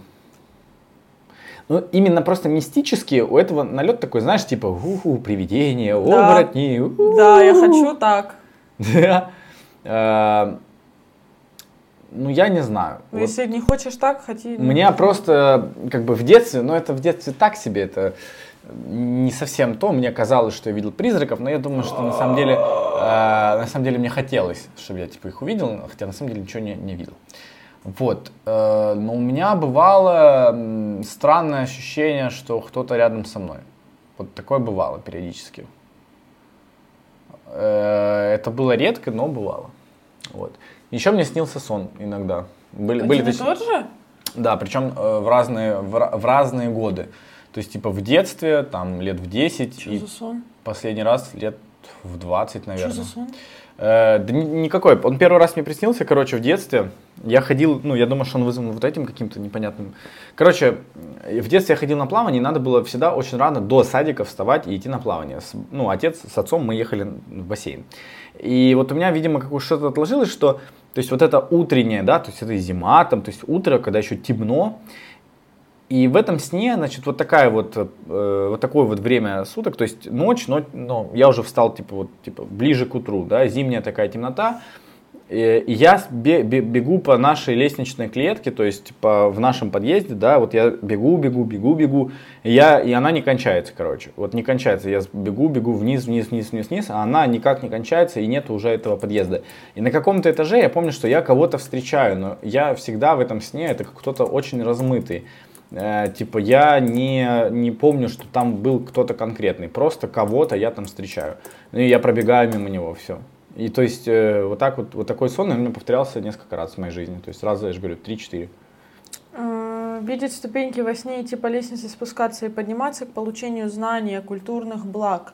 Ну, именно просто мистические, у этого налет такой, знаешь, типа, уху, привидения, Да. оборотни. у-у-у. Да, я хочу так. Да. А, Ну, я не знаю. Ну, вот. Если не хочешь так, хоти... У меня просто, как бы, в детстве, ну, это в детстве так себе, это не совсем то. Мне казалось, что я видел призраков, но я думаю, что на самом деле, э, на самом деле мне хотелось, чтобы я, типа, их увидел, хотя на самом деле ничего не, не видел. Вот. Э, но у меня бывало м, странное ощущение, что кто-то рядом со мной. Вот такое бывало периодически. Э, это было редко, но бывало. Вот. Еще мне снился сон иногда. Были, Один были и точно... тот же? Да, причем э, в, разные, в, в разные годы. То есть, типа, в детстве, там, лет в десять. Что и за сон? последний раз лет в двадцать, наверное. Что за сон? Э, да ни, никакой. Он первый раз мне приснился, короче, в детстве. Я ходил, ну, я думаю, что он вызван вот этим каким-то непонятным. Короче, в детстве я ходил на плавание, и надо было всегда очень рано до садика вставать и идти на плавание. С, ну, отец с отцом, мы ехали в бассейн. И вот у меня, видимо, как что-то отложилось, что, то есть, вот это утреннее, да, то есть, это зима, там, то есть, утро, когда еще темно. И в этом сне, значит, вот такая вот, э, вот такое вот время суток, то есть ночь, но, но я уже встал, типа, вот, типа, ближе к утру, да, зимняя такая темнота, и, и я бегу по нашей лестничной клетке, то есть, типа, в нашем подъезде, да, вот я бегу, бегу, бегу, бегу, и, я, и она не кончается, короче, вот не кончается, я бегу, бегу вниз, вниз, вниз, вниз, вниз, а она никак не кончается, и нет уже этого подъезда. И на каком-то этаже я помню, что я кого-то встречаю, но я всегда в этом сне, это кто-то очень размытый. Э, типа я не, не помню, что там был кто-то конкретный, просто кого-то я там встречаю. Ну и я пробегаю мимо него, все. И то есть э, вот так вот, вот такой сон у меня повторялся несколько раз в моей жизни. То есть раза, я же говорю, три-четыре. Видеть ступеньки во сне, идти по лестнице, спускаться и подниматься к получению знания, культурных благ.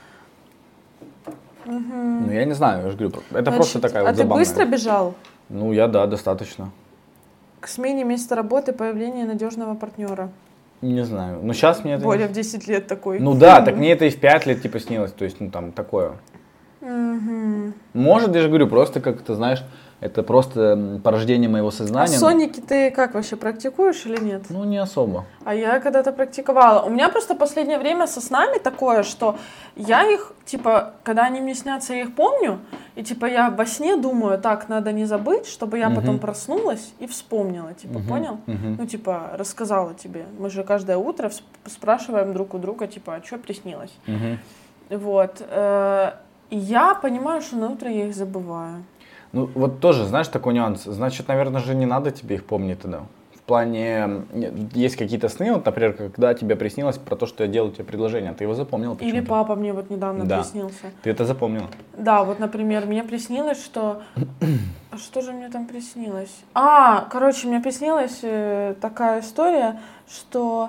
Угу. Ну я не знаю, я же говорю, это Значит, просто такая а вот забавная. А ты быстро бежал? Ну я, да, достаточно. К смене места работы, появление надежного партнера. Не знаю. Ну сейчас мне это... Боря в десять лет такой. Ну да, так мне это и в пять лет типа снилось. То есть, ну там такое. Угу. Может, я же говорю, просто как ты знаешь, это просто порождение моего сознания. А сонники ты как вообще практикуешь или нет? Ну не особо. А я когда-то практиковала. У меня просто в последнее время со снами такое, что я их, типа, когда они мне снятся, я их помню, и типа я во сне думаю, так, надо не забыть, чтобы я Мгм. потом проснулась и вспомнила, типа, Мгм. понял? Мгм. Ну, типа, рассказала тебе. Мы же каждое утро всп- спрашиваем друг у друга, типа, а что приснилось? Мгм. Вот. э, И я понимаю, что на утро я их забываю. Ну, вот тоже, знаешь, такой нюанс. Значит, наверное же не надо тебе их помнить тогда. В плане, нет, есть какие-то сны, вот, например, когда тебе приснилось про то, что я делал тебе предложение, ты его запомнил почему-то. Или папа мне вот недавно Да. приснился. Ты это запомнила. Да, вот, например, мне приснилось, что... А что же мне там приснилось? А, короче, мне приснилась э, такая история, что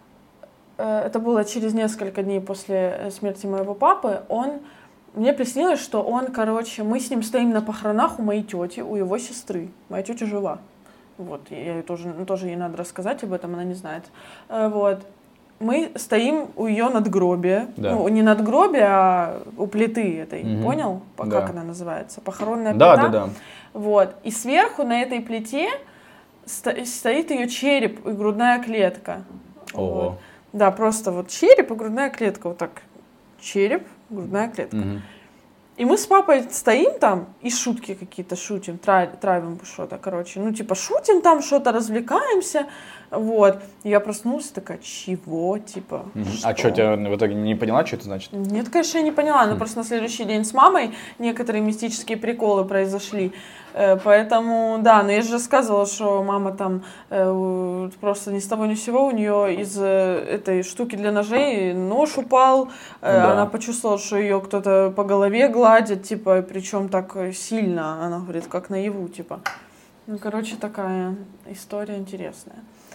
э, это было через несколько дней после э, смерти моего папы. Он... Мне приснилось, что он, короче, мы с ним стоим на похоронах у моей тети, у его сестры. Моя тетя жива. Вот, я ей тоже, ну, тоже ей надо рассказать об этом, она не знает. Э, вот. Мы стоим у ее надгробия. Да. Ну, не надгробия, а у плиты этой. Мгм. Понял? Как Да. она называется? Похоронная Да, плита. да, да. Вот. И сверху на этой плите сто- стоит ее череп и грудная клетка. Ого. Вот. Да, просто вот череп и грудная клетка. Вот так. Череп, грудная клетка. Мгм. И мы с папой стоим там и шутки какие-то шутим, тра- травим что-то, короче. Ну, типа, шутим там что-то, развлекаемся. Вот. И я проснулась такая, чего, типа, Мгм. что? А что, тебя в итоге не поняла, что это значит? Нет, конечно, я не поняла, но просто на следующий день с мамой некоторые мистические приколы произошли. Э, Поэтому, да, но я же рассказывала, что мама там э, просто ни с того ни с сего у нее из э, этой штуки для ножей нож упал. Э, Да. Она почувствовала, что ее кто-то по голове гладит, типа, причем так сильно. Она говорит, как наяву, типа. Ну, короче, такая история интересная.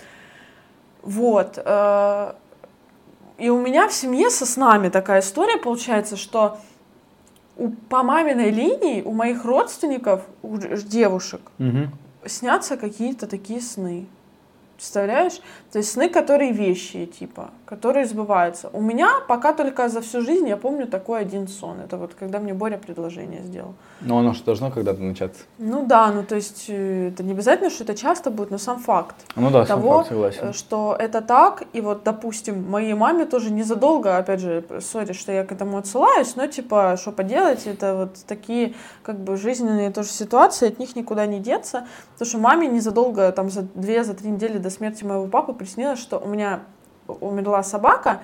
Вот. э, И у меня в семье со снами такая история получается, что у, по маминой линии у моих родственников, у ж- девушек, Мгм. снятся какие-то такие сны. Представляешь? То есть сны, которые вещи, типа, которые сбываются. У меня пока только за всю жизнь я помню такой один сон. Это вот когда мне Боря предложение сделал. Но оно же должно когда-то начаться. Ну да, ну то есть это не обязательно, что это часто будет, но сам факт ну да, того, сам факт, согласен. что это так. И вот, допустим, моей маме тоже незадолго, опять же, сори, что я к этому отсылаюсь, но типа, что поделать, это вот такие как бы жизненные тоже ситуации, от них никуда не деться. Потому что маме незадолго, там за две, за три недели до смерти моего папы приснилось, что у меня умерла собака.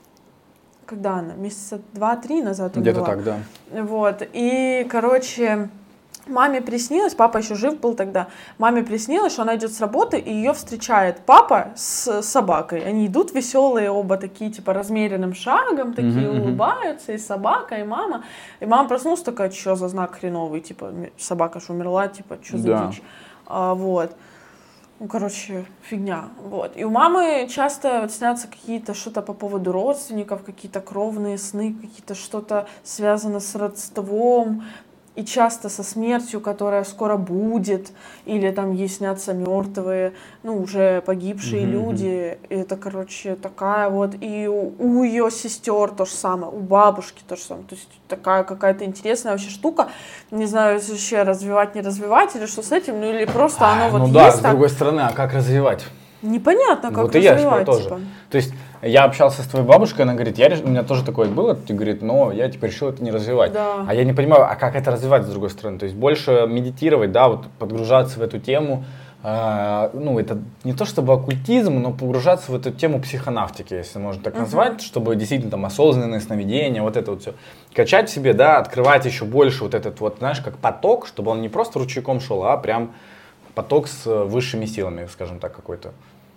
Когда она? Месяца два-три назад умерла. Где-то так, да. Вот. И, короче, маме приснилось, папа еще жив был тогда, маме приснилось, что она идет с работы, и ее встречает папа с собакой. Они идут веселые оба, такие, типа, размеренным шагом, такие mm-hmm. улыбаются, и собака, и мама. И мама проснулась такая, что за знак хреновый, типа, собака ж умерла, типа, что за да. дичь. А, вот. Ну, короче, фигня. Вот. И у мамы часто вот снятся какие-то что-то по поводу родственников, какие-то кровные сны, какие-то что-то связано с родством, и часто со смертью, которая скоро будет, или там ей снятся мертвые, ну, уже погибшие mm-hmm. люди. И это, короче, такая вот. И у, у ее сестер то же самое, у бабушки то же самое. То есть такая какая-то интересная вообще штука. Не знаю, вообще развивать, не развивать, или что с этим, ну или просто оно а, вот ну есть. Ну да, так. с другой стороны, а как развивать? Непонятно, как вот развивать. И я тоже. Типа. То есть я общался с твоей бабушкой, она говорит, я реш... у меня тоже такое было, ты говорит, но я теперь решил это не развивать. Да. А я не понимаю, а как это развивать с другой стороны? То есть больше медитировать, да, вот подгружаться в эту тему. Э, ну, это не то чтобы оккультизм, но погружаться в эту тему психонавтики, если можно так назвать, uh-huh. чтобы действительно там осознанное сновидение, вот это вот все. Качать в себе, да, открывать еще больше вот этот вот, знаешь, как поток, чтобы он не просто ручейком шел, а прям поток с высшими силами, скажем так, какой-то.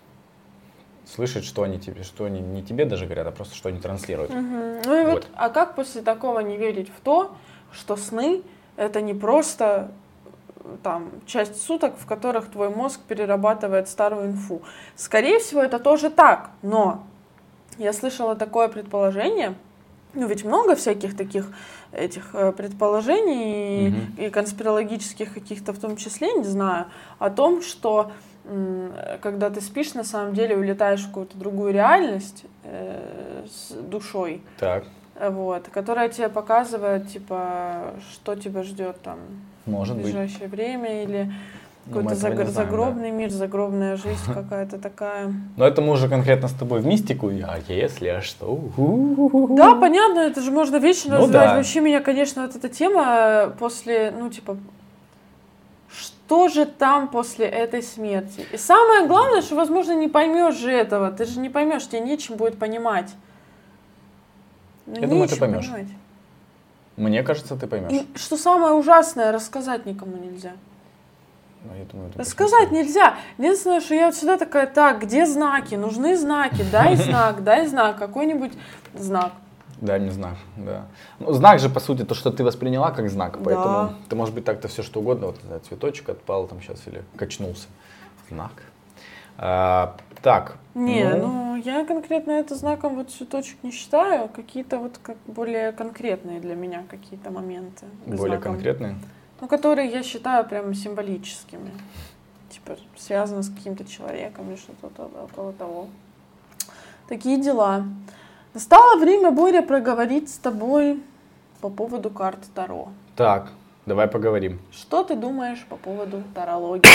Слышать, что они тебе, что они не тебе даже говорят, а просто что они транслируют. Угу. Ну и вот. вот, а как после такого не верить в то, что сны это не просто там часть суток, в которых твой мозг перерабатывает старую инфу? Скорее всего, это тоже так, но я слышала такое предположение, ну ведь много всяких таких этих предположений угу. и конспирологических каких-то в том числе, не знаю, о том, что когда ты спишь, на самом деле улетаешь в какую-то другую реальность э, с душой, так. вот, которая тебе показывает, типа, что тебя ждет там Может в ближайшее быть. время, или ну, какой-то загр- знаем, загробный да. мир, загробная жизнь какая-то такая. Но это мы уже конкретно с тобой в мистику, а если, а что? Да, понятно, это же можно вечно ну, развивать. Да. Вообще меня, конечно, вот эта тема после, ну, типа, что же там после этой смерти? И самое главное, что, возможно, не поймешь же этого. Ты же не поймешь, тебе нечем будет понимать. Ну, я думаю, ты поймешь. Понимать. Мне кажется, ты поймешь. И что самое ужасное, рассказать никому нельзя. Ну, я думаю, рассказать нельзя. Единственное, что я вот всегда такая, так, где знаки? Нужны знаки. Дай знак, дай знак, какой-нибудь знак. Дай мне знак, да. Ну, знак же, по сути, то, что ты восприняла как знак, поэтому да. ты, может быть, так-то все что угодно, вот, не знаю, цветочек отпал там сейчас или качнулся. Знак. А, так. Не, ну... ну, я конкретно это знаком вот цветочек не считаю, какие-то вот как более конкретные для меня какие-то моменты. Более знаком. Конкретные? Ну, которые я считаю прям символическими. Типа, связаны с каким-то человеком или что-то около того. Такие дела. Настало время, Боря, проговорить с тобой по поводу карт Таро. Так, давай поговорим. Что ты думаешь по поводу тарологии?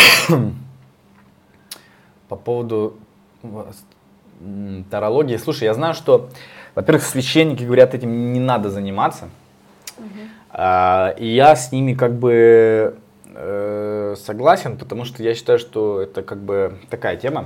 По поводу тарологии. Слушай, я знаю, что, во-первых, священники говорят, этим не надо заниматься. Угу. А, и я с ними как бы э, согласен, потому что я считаю, что это как бы такая тема.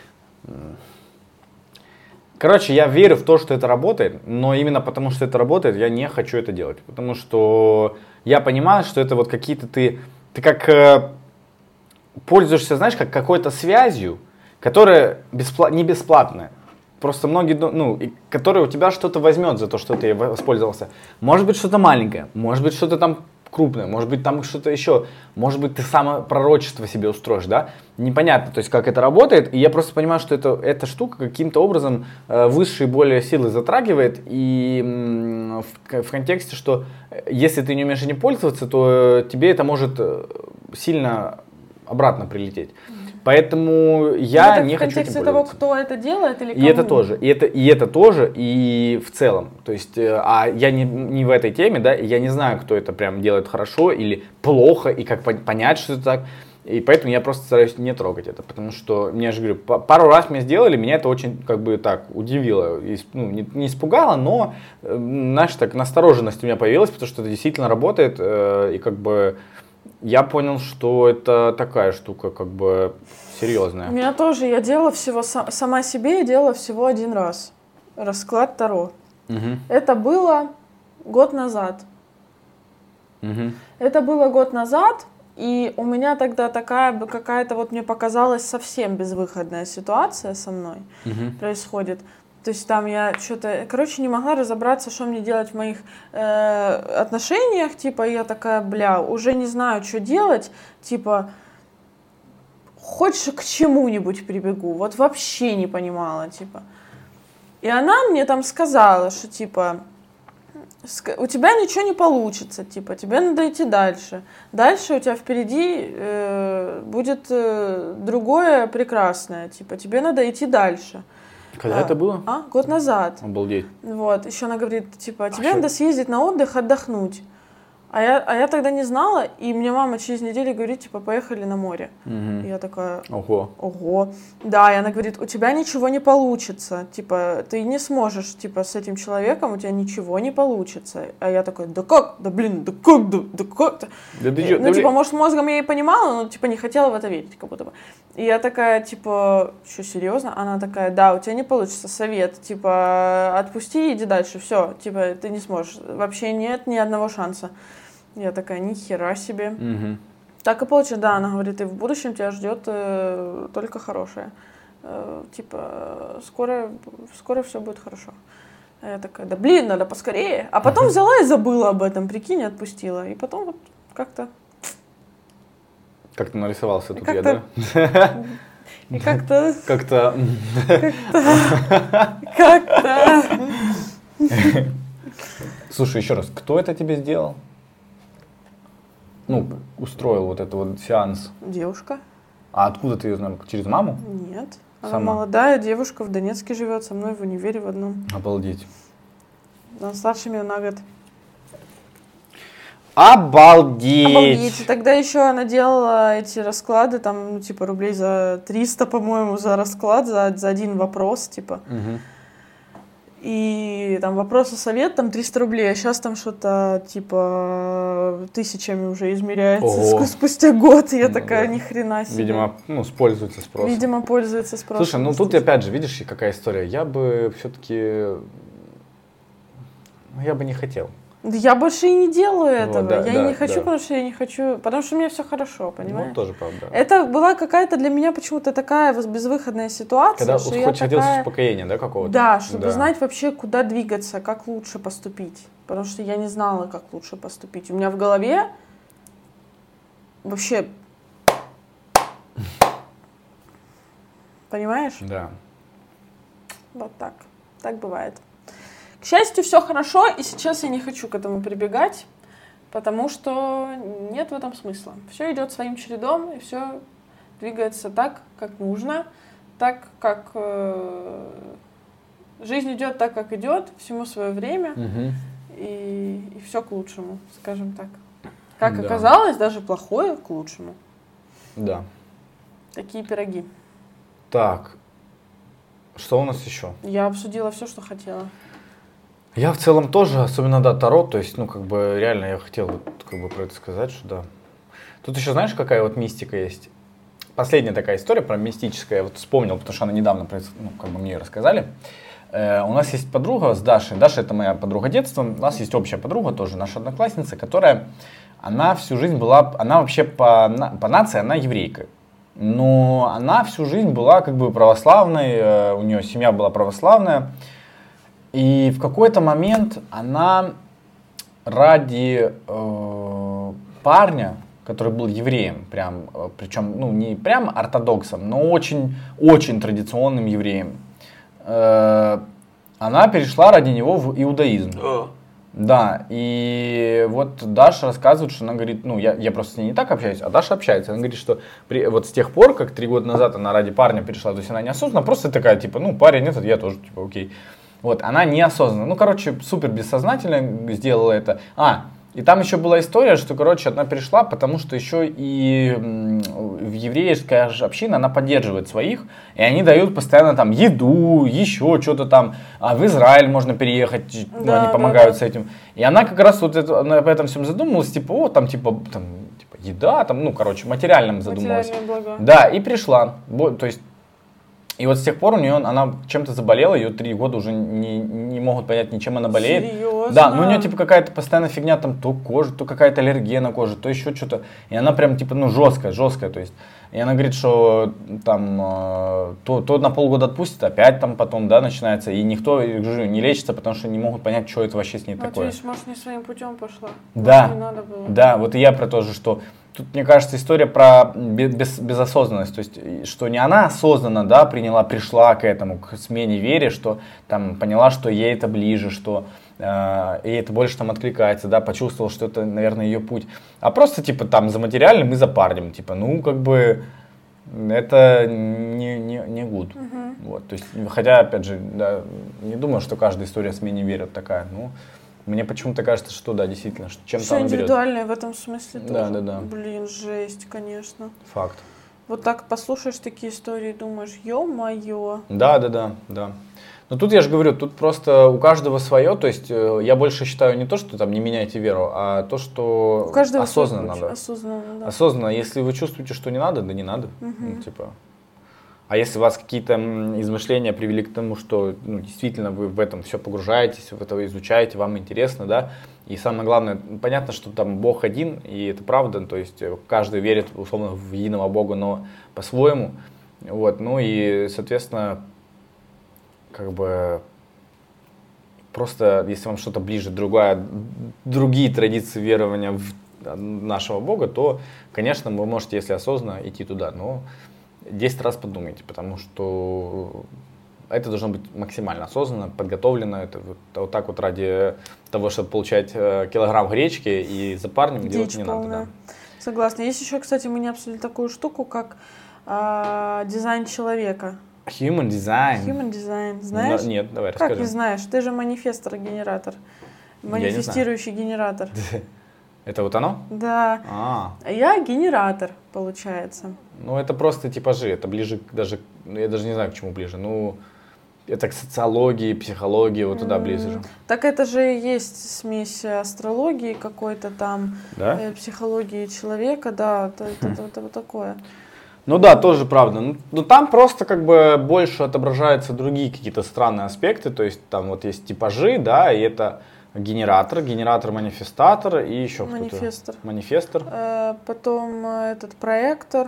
Короче, я верю в то, что это работает, но именно потому, что это работает, я не хочу это делать. Потому что я понимаю, что это вот какие-то ты, ты как э, пользуешься, знаешь, как какой-то связью, которая беспла- не бесплатная. Просто многие, ну, и которая у тебя что-то возьмет за то, что ты воспользовался. Может быть, что-то маленькое, может быть, что-то там крупное, может быть, там что-то еще, может быть, ты само пророчество себе устроишь, да? Непонятно, то есть, как это работает, и я просто понимаю, что это, эта штука каким-то образом э, высшие более силы затрагивает, и м, в, в контексте, что если ты не умеешь этим пользоваться, то тебе это может сильно обратно прилететь. Поэтому я это не в хочу этим контексте того, пользоваться. кто это делает или кому? И это тоже, и это, и это тоже, и в целом. То есть, а я не, не в этой теме, да, и я не знаю, кто это прям делает хорошо или плохо, и как понять, что это так. И поэтому я просто стараюсь не трогать это, потому что, я же говорю, пару раз мне сделали, меня это очень, как бы, так, удивило, ну, не, не испугало, но, знаешь, так, настороженность у меня появилась, потому что это действительно работает, и как бы я понял, что это такая штука, как бы, серьезная. У меня тоже, я делала всего, сама себе я делала всего один раз расклад Таро. Угу. Это было год назад. Угу. Это было год назад, и у меня тогда такая какая-то, вот мне показалась совсем безвыходная ситуация со мной угу. происходит. То есть там я что-то, короче, не могла разобраться, что мне делать в моих э, отношениях, типа, я такая, бля, уже не знаю, что делать, типа, хочешь к чему-нибудь прибегу, вот вообще не понимала, типа. И она мне там сказала, что, типа, у тебя ничего не получится, типа, тебе надо идти дальше. Дальше у тебя впереди э, будет э, другое прекрасное, типа, тебе надо идти дальше. Когда а, это было? А, год назад. Обалдеть. Вот, еще она говорит, типа, тебе а надо что? съездить на отдых, отдохнуть. А я, а я тогда не знала, и мне мама через неделю говорит, типа, поехали на море. Угу. И я такая, ого. Ого. Да, и она говорит, у тебя ничего не получится, типа, ты не сможешь, типа, с этим человеком, у тебя ничего не получится. А я такая, да как, да блин, да как, да, да как-то. Да ты чё, ну, да, типа, блин. может, мозгом я и понимала, но, типа, не хотела в это верить, как будто бы. И я такая, типа, что, серьезно? Она такая, да, у тебя не получится, совет, типа, отпусти и иди дальше, все, типа, ты не сможешь, вообще нет ни одного шанса. Я такая, ни хера себе. Угу. Так и получилось, да, она говорит, и в будущем тебя ждет э, только хорошее. Э, типа, скоро, скоро все будет хорошо. А я такая, да блин, надо поскорее. А потом взяла и забыла об этом, прикинь, отпустила. И потом вот как-то... Как-то нарисовался тут как-то... я, да? И как-то... Как-то... Как-то... Слушай, еще раз, кто это тебе сделал? Ну, устроил вот этот вот сеанс. Девушка. А откуда ты ее знаешь? Через маму? Нет. Она Сама? молодая девушка, в Донецке живет, со мной в универе в одном. Обалдеть. Она старше меня на год. Обалдеть! Обалдеть. И тогда еще она делала эти расклады, там, ну, типа, рублей за триста, по-моему, за расклад, за, за один вопрос, типа. Угу. И там вопрос и совет, там триста рублей, а сейчас там что-то, типа, тысячами уже измеряется Ого. спустя год. И я Ну, такая, да. ни хрена себе. Видимо, ну, пользуется спросом. Видимо, пользуется спросом. Слушай, ну тут опять же, видишь, какая история. Я бы все-таки... Я бы не хотел. Да я больше и не делаю этого. Вот, да, я да, и не хочу, да. потому что я не хочу, потому что у меня все хорошо, понимаешь? Ну, тоже правда. Это была какая-то для меня почему-то такая безвыходная ситуация, Когда что вот я хоть хотелось такая... успокоения, да, какого-то? Да, чтобы Да. знать вообще, куда двигаться, как лучше поступить. Потому что я не знала, как лучше поступить. У меня в голове вообще... Понимаешь? Да. Вот так. Так бывает. К счастью, все хорошо, и сейчас я не хочу к этому прибегать, потому что нет в этом смысла. Все идет своим чередом, и все двигается так, как нужно, так, как э, жизнь идет так, как идет, всему свое время, Угу. и, и все к лучшему, скажем так. Как Да. оказалось, даже плохое к лучшему. Да. Такие пироги. Так. Что у нас еще? Я обсудила все, что хотела. Я в целом тоже, особенно, да, Таро, то есть, ну, как бы, реально, я хотел вот, как бы, про это сказать, что да. Тут еще, знаешь, какая вот мистика есть? Последняя такая история про мистическое, я вот вспомнил, потому что она недавно, ну, как бы, мне ее рассказали. Э, у нас есть подруга с Дашей, Даша это моя подруга детства, у нас есть общая подруга, тоже наша одноклассница, которая, она всю жизнь была, она вообще по, по нации, она еврейка. Но она всю жизнь была, как бы, православной, э, у нее семья была православная. И в какой-то момент она ради э, парня, который был евреем, прям, причем, ну, не прям ортодоксом, но очень, очень традиционным евреем, э, она перешла ради него в иудаизм. О. Да, и вот Даша рассказывает, что она говорит, ну, я, я просто с ней не так общаюсь, а Даша общается. Она говорит, что при, вот с тех пор, как три года назад она ради парня перешла, то есть она неосознанно, просто такая, типа, ну, парень этот, я тоже, типа, окей. Вот, она неосознанно, ну, короче, супер бессознательно сделала это. А, и там еще была история, что, короче, она перешла, потому что еще и в еврейская община, она поддерживает своих, и они дают постоянно там еду, еще что-то там, а в Израиль можно переехать, да, ну, они помогают да, да. с этим. И она как раз вот это, она об этом всем задумалась, типа, о, там, типа, там, типа, еда, там, ну, короче, материальным задумалась. Материальные блага. Да, и пришла, то есть, и вот с тех пор у нее, она чем-то заболела, ее три года уже не, не могут понять, ничем она болеет. Серьезно? Да, но у нее типа какая-то постоянная фигня, там то кожа, то какая-то аллергия на коже, то еще что-то. И она прям типа, ну, жесткая, жесткая, то есть. И она говорит, что там то, то на полгода отпустит, опять там потом, да, начинается. И никто, я говорю, не лечится, потому что не могут понять, что это вообще с ней вот такое. Видишь, может, не своим путем пошла. Да, не надо было. Да, вот и я про то же, что тут, мне кажется, история про без, безосознанность, то есть, что не она осознанно, да, приняла, пришла к этому, к смене веры, что там поняла, что ей это ближе, что э, ей это больше там откликается, да, почувствовала, что это, наверное, ее путь, а просто, типа, там, за материальным и за парнем, типа, ну, как бы, это не, не, не good, угу. Вот, то есть, хотя, опять же, да, не думаю, что каждая история о смене веры такая, ну, мне почему-то кажется, что да, действительно, что чем-то все она берет. индивидуальное в этом смысле тоже. Да, да, да. Блин, жесть, конечно. Факт. Вот так послушаешь такие истории и думаешь, ё-моё. Да, да, да, да. Но тут я же говорю, тут просто у каждого свое, то есть я больше считаю не то, что там не меняйте веру, а то, что у каждого осознанно надо. Осознанно, да. Осознанно, если вы чувствуете, что не надо, да не надо. Угу. Ну, типа. А если у вас какие-то измышления привели к тому, что ну, действительно вы в этом все погружаетесь, в это изучаете, вам интересно, да, и самое главное, понятно, что там Бог один, и это правда, то есть каждый верит, условно, в единого Бога, но по-своему, вот, ну и, соответственно, как бы просто, если вам что-то ближе, другая, другие традиции верования в нашего Бога, то, конечно, вы можете, если осознанно, идти туда, но десять раз подумайте, потому что это должно быть максимально осознанно, подготовлено. Это вот, вот так вот ради того, чтобы получать э, килограмм гречки и за парнем Дичь делать не полная. надо. Да. Согласна. Есть еще, кстати, мы не обсудили такую штуку, как э, дизайн человека. Human design. Human design. Знаешь? Но, нет, давай как расскажи. не знаешь? Ты же манифестор-генератор. Манифестирующий генератор. Это вот оно? Да. А. Я генератор, получается. Ну, это просто типажи. Это ближе даже, я даже не знаю, к чему ближе. Ну, это к социологии, психологии, вот туда ближе же. Так это же и есть смесь астрологии какой-то там, да? э, психологии человека, да, это, это, это, это вот такое. Ну да, тоже правда. Ну, но там просто как бы больше отображаются другие какие-то странные аспекты. То есть там вот есть типажи, да, и это генератор, генератор-манифестатор и еще кто-то. Манифестор. Манифестор. Э, потом э, этот проектор.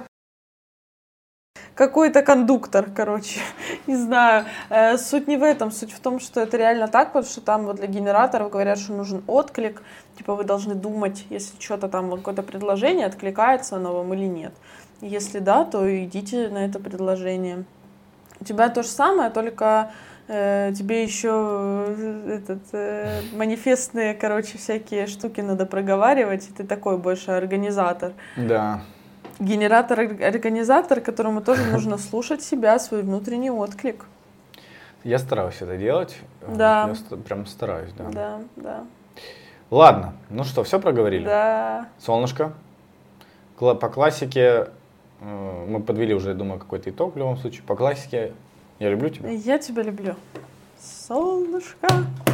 Какой-то кондуктор, короче, не знаю. Э, суть не в этом, суть в том, что это реально так, потому что там вот для генераторов говорят, что нужен отклик, типа вы должны думать, если что-то там, какое-то предложение, откликается оно вам или нет. Если да, то идите на это предложение. У тебя то же самое, только э, тебе еще э, этот, э, манифестные, короче, всякие штуки надо проговаривать, и ты такой больше организатор. Да. Генератор-организатор, которому тоже нужно слушать себя, свой внутренний отклик. Я стараюсь это делать. Да. Я ст- прям стараюсь, да. Да, да. Ладно, ну что, все проговорили? Да. Солнышко. Кла- по классике э, мы подвели уже, я думаю, какой-то итог в любом случае. По классике я люблю тебя. Я тебя люблю. Солнышко.